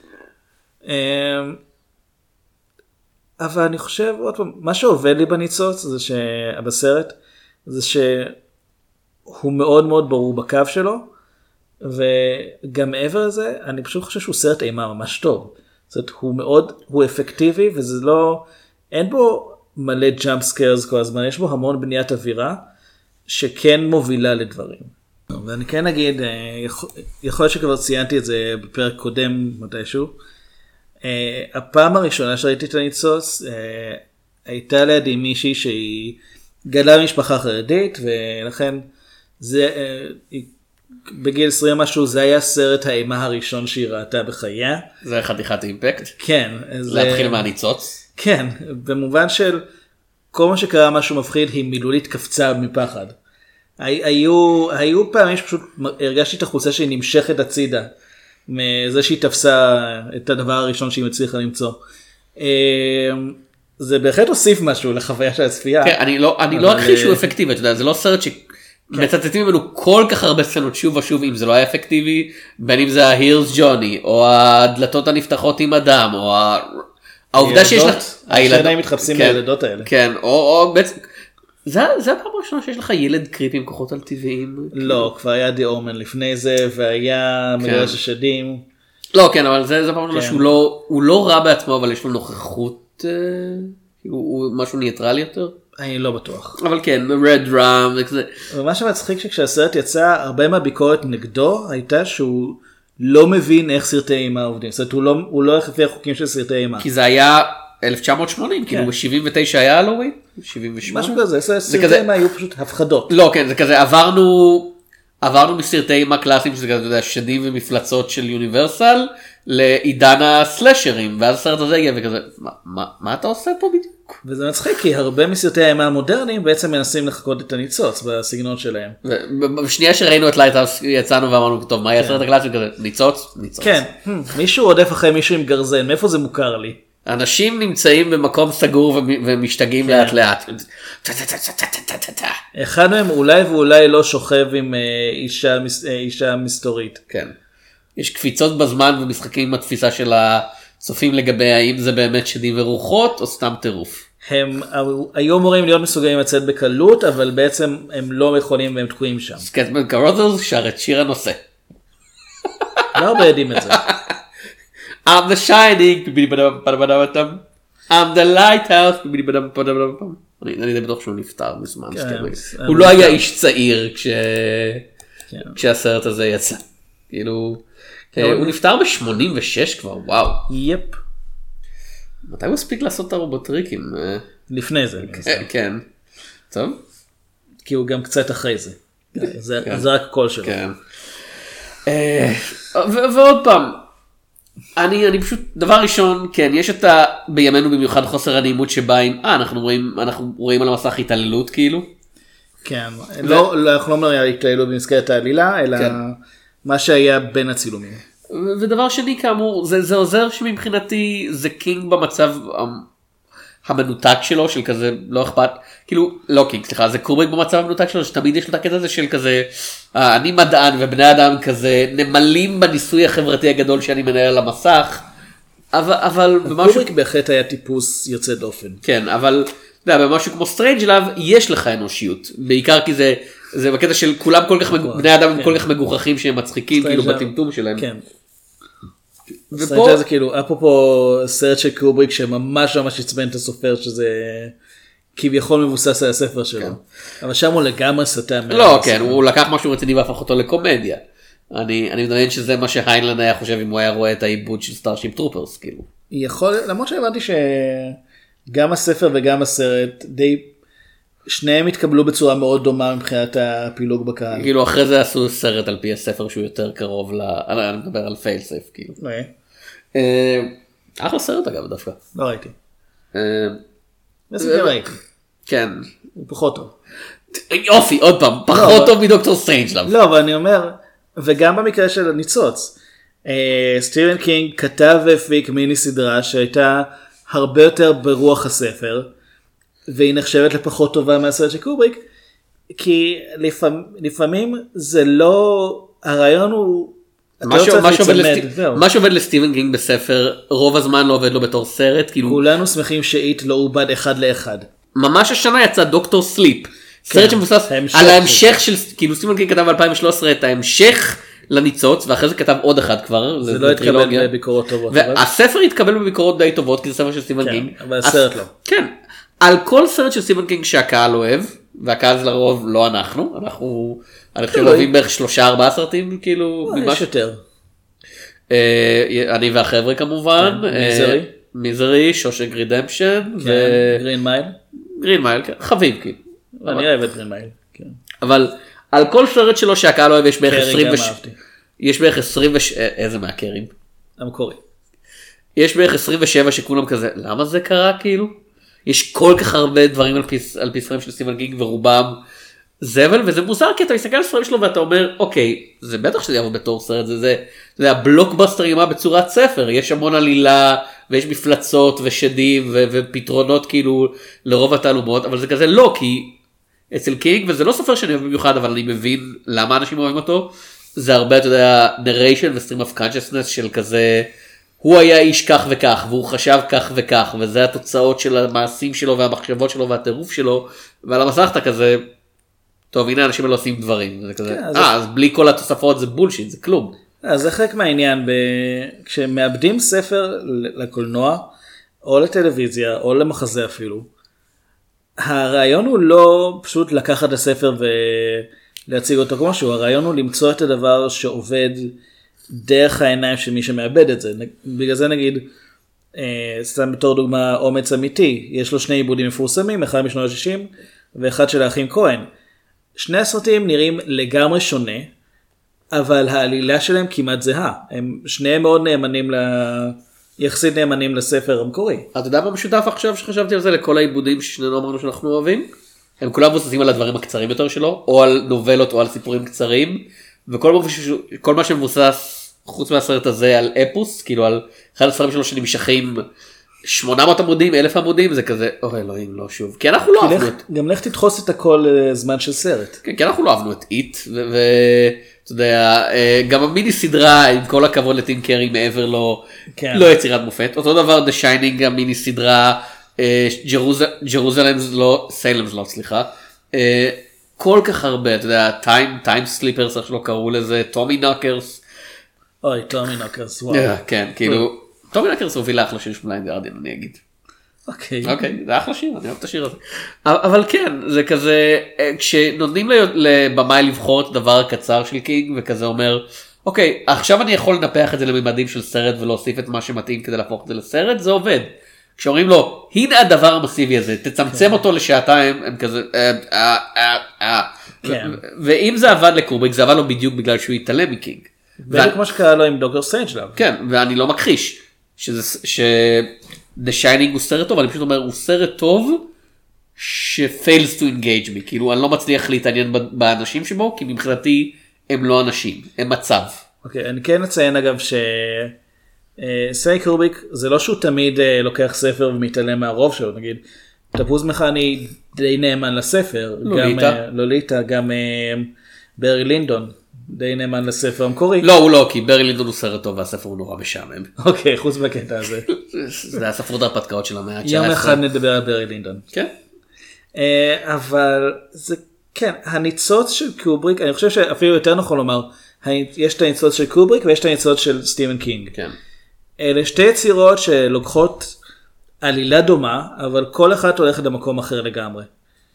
אבל אני חושב, עוד פעם, מה שעובד לי בניצוץ, זה שבסרט, זה שהוא מאוד מאוד ברור בקו שלו, וגם מעבר לזה, אני פשוט חושב שהוא סרט אימה ממש טוב. זאת אומרת, הוא מאוד, הוא אפקטיבי, וזה לא, אין בו מלא ג'אמפ סקיירס כל הזמן, יש בו המון בניית אווירה, שכן מובילה לדברים. ואני כן אגיד, יכול להיות שכבר ציינתי את זה בפרק קודם מתישהו, הפעם הראשונה שראיתי את הניצוץ, הייתה לידי מישהי שהיא גדלה במשפחה חרדית, ולכן זה, בגיל עשרים משהו, זה היה סרט האימה הראשון שהיא ראתה בחייה. זה חתיכת אימפקט? כן. להתחיל מהניצוץ? כן, במובן של כל מה שקרה משהו מפחיד, היא מילולית קפצה מפחד. היו, היו פעמים שפשוט הרגשתי את החוצה שהיא נמשכת הצידה, מזה שהיא תפסה את הדבר הראשון שהיא מצליחה למצוא. זה בהחלט הוסיף משהו לחוויה של הצפייה. כן, אני לא, אני לא אכחיש שהוא אפקטיבי, אתה יודע, זה לא סרט שמצטטים ממנו כל כך הרבה סצנות שוב ושוב, אם זה לא היה אפקטיבי, בין אם זה ה-Here's Johnny, או הדלתות הנפתחות עם אדם, או העובדה שיש לך... הילדים מתחפשים לילדות האלה. כן, או בעצם... זה, זה הפעם הראשונה שיש לך ילד קריפי עם כוחות על טבעיים? לא, כבר היה די אומן לפני זה, והיה מגרש השדים. לא, כן, אבל זה, זה פעם ראשונה שהוא לא, הוא לא רע בעצמו, אבל יש לו נוכחות, הוא משהו ניטרלי יותר? אני לא בטוח. אבל כן, רד דראם וכזה. ומה שמצחיק שכשהסרט יצא, הרבה מהביקורת נגדו הייתה שהוא לא מבין איך סרטי אימה עובדים. זאת אומרת, הוא לא, הוא לא לפי החוקים של סרטי אימה. כי זה היה אלף תשע מאות שמונים, כאילו ב-שבעים ותשע היה הלואוין? שבעים ושמונה? משהו כזה, סרטי אימה היו פשוט הפחדות. לא, כן, זה כזה, עברנו, עברנו מסרטי אימה קלאסיים, שזה כזה, אתה יודע, שדים ומפלצות של יוניברסל, לעידן הסלשרים, ואז הסרט הזה הגיע וכזה, מה, מה, מה אתה עושה פה בדיוק? וזה מצחיק, כי הרבה מסרטי האימה המודרניים בעצם מנסים לחכות את הניצוץ בסגנון שלהם. בשנייה שראינו את לייטהאוס יצאנו ואמרנו, טוב, מה יהיה הסרט הקלאסי כזה? ניצוץ? ניצוץ. כן, מישהו רודף אחרי מישהו עם גרזן, מאיפה זה מוכר לי? אנשים נמצאים במקום סגור ומשתגעים לאט לאט. אחד מהם אולי ואולי לא שוכב עם אישה מסתורית. כן. יש קפיצות בזמן ומשחקים עם התפיסה של הצופים לגבי האם זה באמת שדים ורוחות או סתם טירוף. הם היו אמורים להיות מסוגלים לצאת בקלות, אבל בעצם הם לא יכולים והם תקועים שם. סקטמן קרוזרס שר את שיר הנושא. לא הרבה יודעים את זה. I'm the shining, I'm the lighthouse, אני די בטוח שהוא נפטר מזמן, הוא לא היה איש צעיר כשהסרט הזה יצא, כאילו, הוא נפטר ב-שמונים ושש כבר, וואו. יפ. מתי הוא הספיק לעשות את הרובוטריקים? לפני זה. כן. טוב. כי הוא גם קצת אחרי זה. זה רק הקול שלו. כן. ועוד פעם, אני, אני פשוט, דבר ראשון, כן, יש את ה, בימינו במיוחד חוסר הנעימות שבה עם, אה, אנחנו רואים, אנחנו רואים על המסך התעללות, כאילו. כן, לא, אנחנו לא אומרים התעללות במסגרת העלילה, אלא מה שהיה בין הצילומים. ודבר שני, כאמור, זה, זה עוזר שמבחינתי זה קינג במצב המנותק שלו של כזה לא אכפת כאילו לא קינג סליחה זה קובריק במצב המנותק שלו שתמיד יש לו את הקטע הזה של כזה אה, אני מדען ובני אדם כזה נמלים בניסוי החברתי הגדול שאני מנהל על המסך אבל אבל קובריק בהחלט היה טיפוס יוצא דופן. כן אבל אתה יודע, במשהו כמו סטרנג'לאב יש לך אנושיות בעיקר כי זה זה בקטע של כולם כל כך בני אדם כל כך מגוחכים שהם מצחיקים כאילו בטמטום שלהם. כן. ופה זה כאילו אפרופו סרט של קובריק שממש ממש עצבן את הסופר שזה כביכול מבוסס על הספר שלו אבל שם הוא לגמרי סטה. לא כן הוא לקח משהו רציני והפך אותו לקומדיה. אני אני מדמיין שזה מה שהיינלנד היה חושב אם הוא היה רואה את העיבוד של סטארשיפ טרופרס כאילו. יכול למרות שהבנתי שגם הספר וגם הסרט די שניהם התקבלו בצורה מאוד דומה מבחינת הפילוג בקהל. כאילו אחרי זה עשו סרט על פי הספר שהוא יותר קרוב ל... אני מדבר על פיילסייף כאילו. אחלה סרט אגב דווקא. לא ראיתי. איזה ראיתי. כן. הוא פחות טוב. יופי עוד פעם פחות טוב מדוקטור סטרנג'לאב. לא אבל אני אומר וגם במקרה של הניצוץ. סטיבן קינג כתב והפיק מיני סדרה שהייתה הרבה יותר ברוח הספר. והיא נחשבת לפחות טובה מהסרט של קובריק, כי לפעמים, לפעמים זה לא, הרעיון הוא, מה שעובד לסטיבן קינג בספר, רוב הזמן לא עובד לו בתור סרט, כאילו, כולנו שמחים שאיט לא עובד אחד לאחד. ממש השנה יצא דוקטור סליפ, סרט שמבוסס על ההמשך של, כאילו סטיבן קינג כתב ב-אלפיים ושלוש עשרה את ההמשך לניצוץ, ואחרי זה כתב עוד אחד כבר. זה לא התקבל בביקורות טובות. והספר התקבל בביקורות די טובות, כי זה ספר של סטיבן קינג. אבל הסרט לא. כן. על כל סרט של סטיבן קינג שהקהל אוהב, והקהל זה לרוב לא אנחנו, אנחנו, אני חושב אוהבים בערך שלושה ארבעה סרטים, כאילו, יש יותר. אני והחבר'ה כמובן. מיזרי. מיזרי, שושק רידמפשן. גרין מייל. גרין מייל, חביב כאילו. אני אוהב את גרין מייל. אבל על כל סרט שלו שהקהל אוהב יש בערך עשרים ושבע. יש בערך עשרים ושבע, איזה מהקרים? המקורי. יש בערך עשרים ושבע שכולם כזה, למה זה קרה כאילו? יש כל כך הרבה דברים על פי, על פי ספרים של סטיבן קינג ורובם זבל, וזה מוזר כי אתה מסתכל על ספרים שלו ואתה אומר, אוקיי, זה בטח שזה יעבוד בתור סרט, זה, זה, זה הבלוקבאסטר ימה בצורת ספר, יש המון עלילה, ויש מפלצות ושדים ו, ופתרונות כאילו לרוב התעלומות, אבל זה כזה לא, כי אצל קינג, וזה לא ספר שאני אוהב במיוחד, אבל אני מבין למה אנשים אוהבים אותו, זה הרבה, אתה יודע, narration ו-stream of consciousness של כזה, הוא היה איש כך וכך, והוא חשב כך וכך, וזה התוצאות של המעשים שלו והמחשבות שלו והטירוף שלו, ועל המסך אתה כזה, טוב הנה אנשים לא עושים דברים, וזה כזה, אה אז בלי כל התוספות זה בולשיט, זה כלום. אז זה חלק מהעניין, כשמאבדים ספר לקולנוע, או לטלוויזיה, או למחזה אפילו, הרעיון הוא לא פשוט לקחת את הספר ולהציג אותו כמו שהוא, הרעיון הוא למצוא את הדבר שעובד דרך העיניים של מי שמאבד את זה. בגלל זה נגיד, סתם בתור דוגמה, אומץ אמיתי, יש לו שני עיבודים מפורסמים, אחד משנות ה-שישים ואחד של האחים כהן. שני הסרטים נראים לגמרי שונה, אבל העלילה שלהם כמעט זהה. הם שניהם מאוד נאמנים, ל... יחסית נאמנים לספר המקורי. אתה יודע מה משותף עכשיו שחשבתי על זה לכל העיבודים ששנינו אמרנו שאנחנו אוהבים? הם כולם מבוססים על הדברים הקצרים יותר שלו, או על נובלות או על סיפורים קצרים, וכל כל מה שמבוסס חוץ מהסרט הזה על אפוס, כאילו על אחד הספרים שלו שנמשכים שמונה מאות עמודים, אלף עמודים, זה כזה, אוי אלוהים, לא שוב. כי אנחנו לא אהבנו את... גם לך תדחוס את הכל זמן של סרט. כן, כי אנחנו לא אהבנו את איט, ואתה יודע, גם המיני סדרה, עם כל הכבוד לטים קרי מעבר לו, לא יצירת מופת. אותו דבר, The Shining, המיני סדרה, ג'רוזלמס לא, סיילמס לא, סליחה. כל כך הרבה, אתה יודע, טיים סליפרס, איך שלא קראו לזה, טומי נוקרס. אוי, טומי נוקרס, וואו. כן, כאילו, טומי נוקרס הוביל לאחלה שיר של בליינד גארדיאן, אני אגיד. אוקיי. אוקיי, זה אחלה שיר, אני אוהב את השיר הזה. אבל כן, זה כזה, כשנותנים לבמאי לבחור את הדבר הקצר של קינג, וכזה אומר, אוקיי, עכשיו אני יכול לנפח את זה לממדים של סרט, ולהוסיף את מה שמתאים כדי להפוך את זה לסרט, זה עובד. כשאומרים לו, הנה הדבר המסיבי הזה, תצמצם אותו לשעתיים, הם כזה, ואם זה עבד לקובריק, זה עבד לו בדיוק בגלל שהוא יתעלם מקינג. בדיוק כמו שקרה לו עם דוקטור סטרנג'לאב. כן, ואני לא מכחיש, ש-The Shining הוא סרט טוב, אני פשוט אומר, הוא סרט טוב, ש-fails to engage me, כאילו אני לא מצליח להתעניין באנשים שבו, כי מבחינתי הם לא אנשים, הם מצב. אוקיי, אני כן אציין אגב ש... סטנלי קובריק זה לא שהוא תמיד לוקח ספר ומתעלם מהרוב שלו, נגיד תפוז מכני די נאמן לספר, לוליטה. גם לוליטה, גם ברי לינדון די נאמן לספר המקורי. לא, הוא לא, כי ברי לינדון הוא סרט טוב והספר הוא נורא משעמם. אוקיי, חוץ בקטע הזה. זה הספרות ההרפתקאות של המאה ה-תשע עשרה. יום אחד נדבר על ברי לינדון. כן. אבל זה, כן, הניצוץ של קובריק, אני חושב שאפילו יותר נכון לומר, יש את הניצוץ של קובריק ויש את הניצוץ של סטיבן קינג. כן. אלה שתי יצירות שלוקחות עלילה דומה, אבל כל אחת הולכת למקום אחר לגמרי.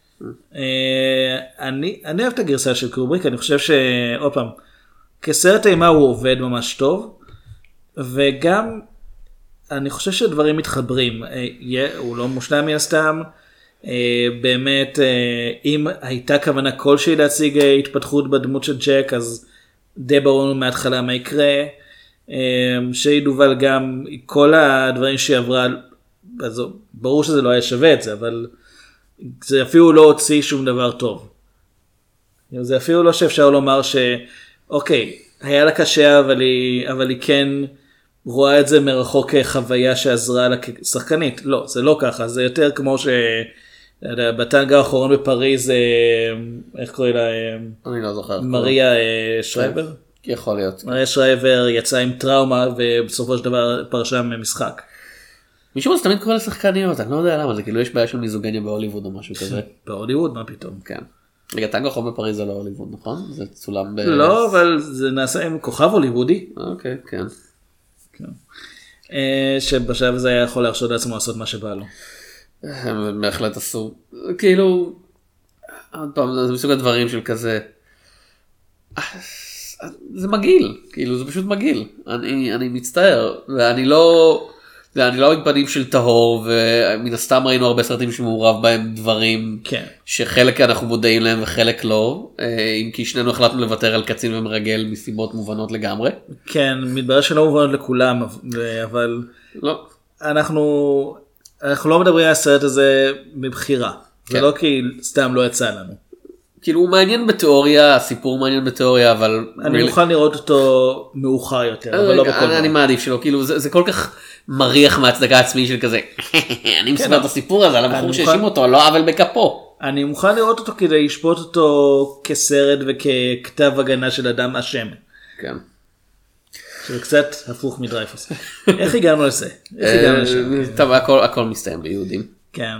אני, אני אוהב את הגרסה של קובריק, אני חושב שעוד פעם, כסרט אימה הוא עובד ממש טוב, וגם אני חושב שדברים מתחברים, הוא לא מושלם מן הסתם, באמת אם הייתה כוונה כלשהי להציג התפתחות בדמות של ג'ק, אז די ברור מההתחלה מה יקרה, שהיא דובל גם כל הדברים שהיא עברה, אז ברור שזה לא היה שווה את זה, אבל זה אפילו לא הוציא שום דבר טוב. זה אפילו לא שאפשר לומר שאוקיי, היה לה קשה, אבל היא, אבל היא כן רואה את זה מרחוק כחוויה שעזרה לה כשחקנית. לא, זה לא ככה, זה יותר כמו ש... בטנגו האחרון בפריז, איך קוראים לה? אני לא זוכר. מריה שרייבר? יכול להיות. מריה שרייבר יצאה עם טראומה ובסופו של דבר פרשה ממשחק. מישהו זה תמיד קורא לשחקניות, אני לא יודע למה, זה כאילו יש בעיה של מיזוגניה בהוליווד או משהו כזה. בהוליווד, מה פתאום? כן. רגע, טנגו האחרון בפריז זה לא הוליווד, נכון? זה צולם ב... לא, אבל זה נעשה עם כוכב הוליוודי. אוקיי, כן. שבשלב הזה היה יכול להרשות לעצמו לעשות מה שבא לו. הם בהחלט עשו, כאילו, עוד פעם, זה מסוג הדברים של כזה, זה מגעיל, כאילו זה פשוט מגעיל, אני, אני מצטער, ואני לא, אני לא עם פנים של טהור, ומן הסתם ראינו הרבה סרטים שמעורב בהם דברים, כן. שחלק אנחנו מודעים להם וחלק לא, אם כי שנינו החלטנו לוותר על קצין ומרגל מסיבות מובנות לגמרי. כן, מתברר שלא מובנות לכולם, אבל לא. אנחנו... אנחנו לא מדברים על הסרט הזה מבחירה, זה לא כי סתם לא יצא לנו. כאילו הוא מעניין בתיאוריה, הסיפור מעניין בתיאוריה, אבל... אני מוכן לראות אותו מאוחר יותר, אבל לא בכל דבר. אני מעדיף שלא, כאילו זה כל כך מריח מהצדקה העצמי של כזה, אני מספר את הסיפור הזה על הבחור שהאשים אותו, לא אבל בכפו. אני מוכן לראות אותו כדי לשפוט אותו כסרט וככתב הגנה של אדם אשם. כן. שזה קצת הפוך מדרייפוס. איך הגענו לזה? איך הגענו לשם? טוב, הכל מסתיים ביהודים. כן.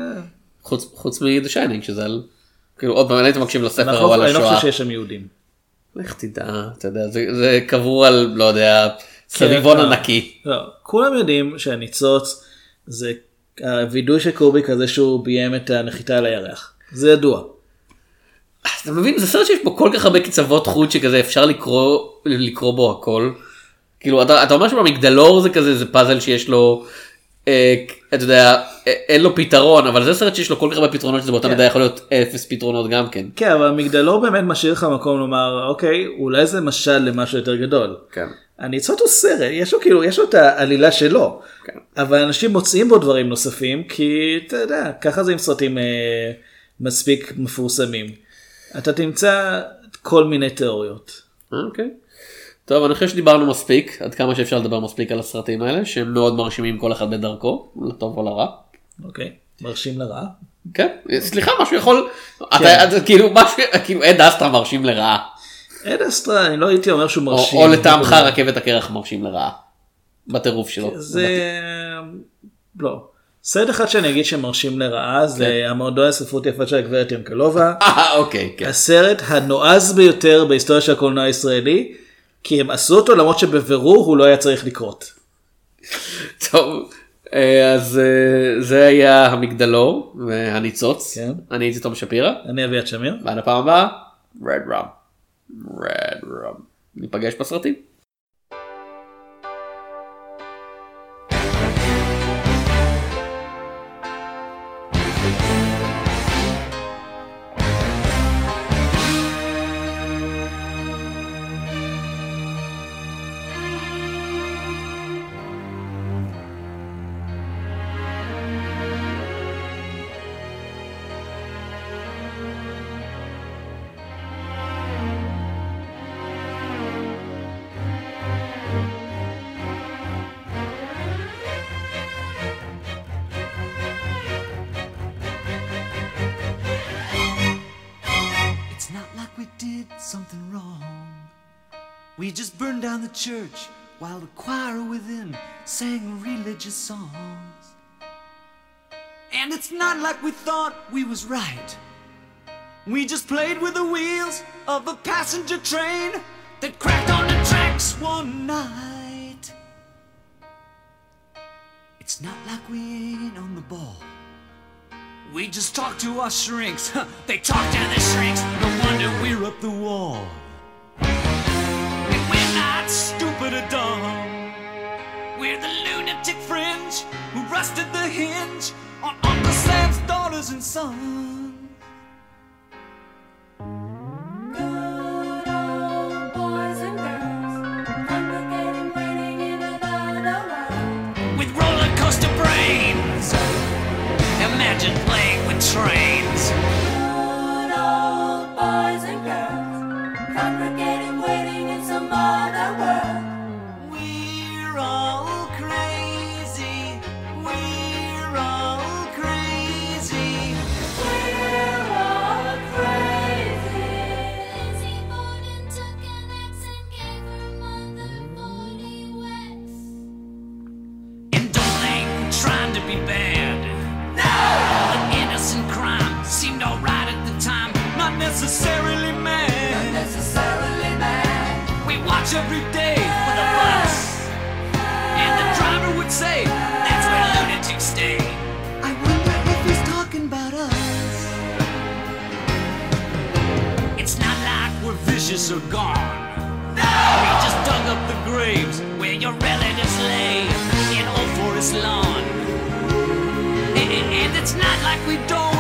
חוץ מ-The Shining, שזה על... כאילו עוד פעם, הייתם מקשיב לספר או על השואה. אני לא חושב שיש שם יהודים. איך תדע, אתה יודע, זה קבור על, לא יודע, סביבון ענקי. לא, כולם יודעים שהניצוץ זה הווידוי של קובריק הזה שהוא ביים את הנחיתה על הירח. זה ידוע. אתה מבין, זה סרט שיש בו כל כך הרבה קצוות חוט שכזה אפשר לקרוא, לקרוא בו הכל. כאילו, אתה, אתה אומר שבמגדלור זה כזה, זה פאזל שיש לו, אה, אתה יודע, אה, אין לו פתרון, אבל זה סרט שיש לו כל כך הרבה פתרונות, שזה באותה מידה יכול להיות אפס פתרונות גם כן. כן, אבל המגדלור באמת משאיר לך מקום לומר, אוקיי, אולי זה משל למשהו יותר גדול. כן. הניצוץ הוא סרט, יש לו כאילו, יש לו את העלילה שלו, כן. אבל אנשים מוצאים בו דברים נוספים, כי אתה יודע, ככה זה עם סרטים אה, מספיק מפורסמים. אתה תמצא כל מיני תיאוריות. אוקיי. טוב, אני חושב שדיברנו מספיק, עד כמה שאפשר לדבר מספיק על הסרטים האלה, שהם מאוד מרשימים כל אחד בדרכו, לטוב או לרע. אוקיי, מרשים לרע? כן, סליחה, משהו יכול, כאילו, כאילו, עד אסטרה מרשים לרעה. עד אסטרה, אני לא הייתי אומר שהוא מרשים. או לטעמך רכבת הקרח מרשים לרעה, בטירוף שלו. זה, לא. סרט אחד שאני אגיד שמרשים לרעה, זה המועדון הספרות יפה של הגברת ינקלובה. אה, אוקיי, כן. הסרט הנועז ביותר בהיסטוריה של הקולנוע הישראלי, כי הם עשו אותו למרות שבבירור הוא לא היה צריך לקרות. טוב, אז זה היה המגדלור והניצוץ. אני הייתי תום שפירא. אני אביעד שמיר. ועד הפעם הבאה, Red Rum. Red Rum. ניפגש בסרטים. did something wrong. We just burned down the church while the choir within sang religious songs. And it's not like we thought we was right. We just played with the wheels of a passenger train that cracked on the tracks one night. It's not like we ain't on the ball. We just talk to our shrinks. They talk to the shrinks. No wonder we're up the wall. And we're not stupid or dumb. We're the lunatic fringe who rusted the hinge on Uncle Sam's daughters and sons. Imagine playing with trains. Good old boys and girls, congregating, waiting in some other world. We're all crazy. We're all crazy. We're all crazy. Lizzie Borden took an axe and gave her mother forty whacks. And don't think we're trying to be bad. Seemed alright at the time, not necessarily mad. Not necessarily mad. We watch every day for the bus, and the driver would say, "That's where lunatics stay." I wonder if he's talking about us. It's not like we're vicious or gone. No! We just dug up the graves where your relatives lay in Old Forest Lawn, and it's not like we don't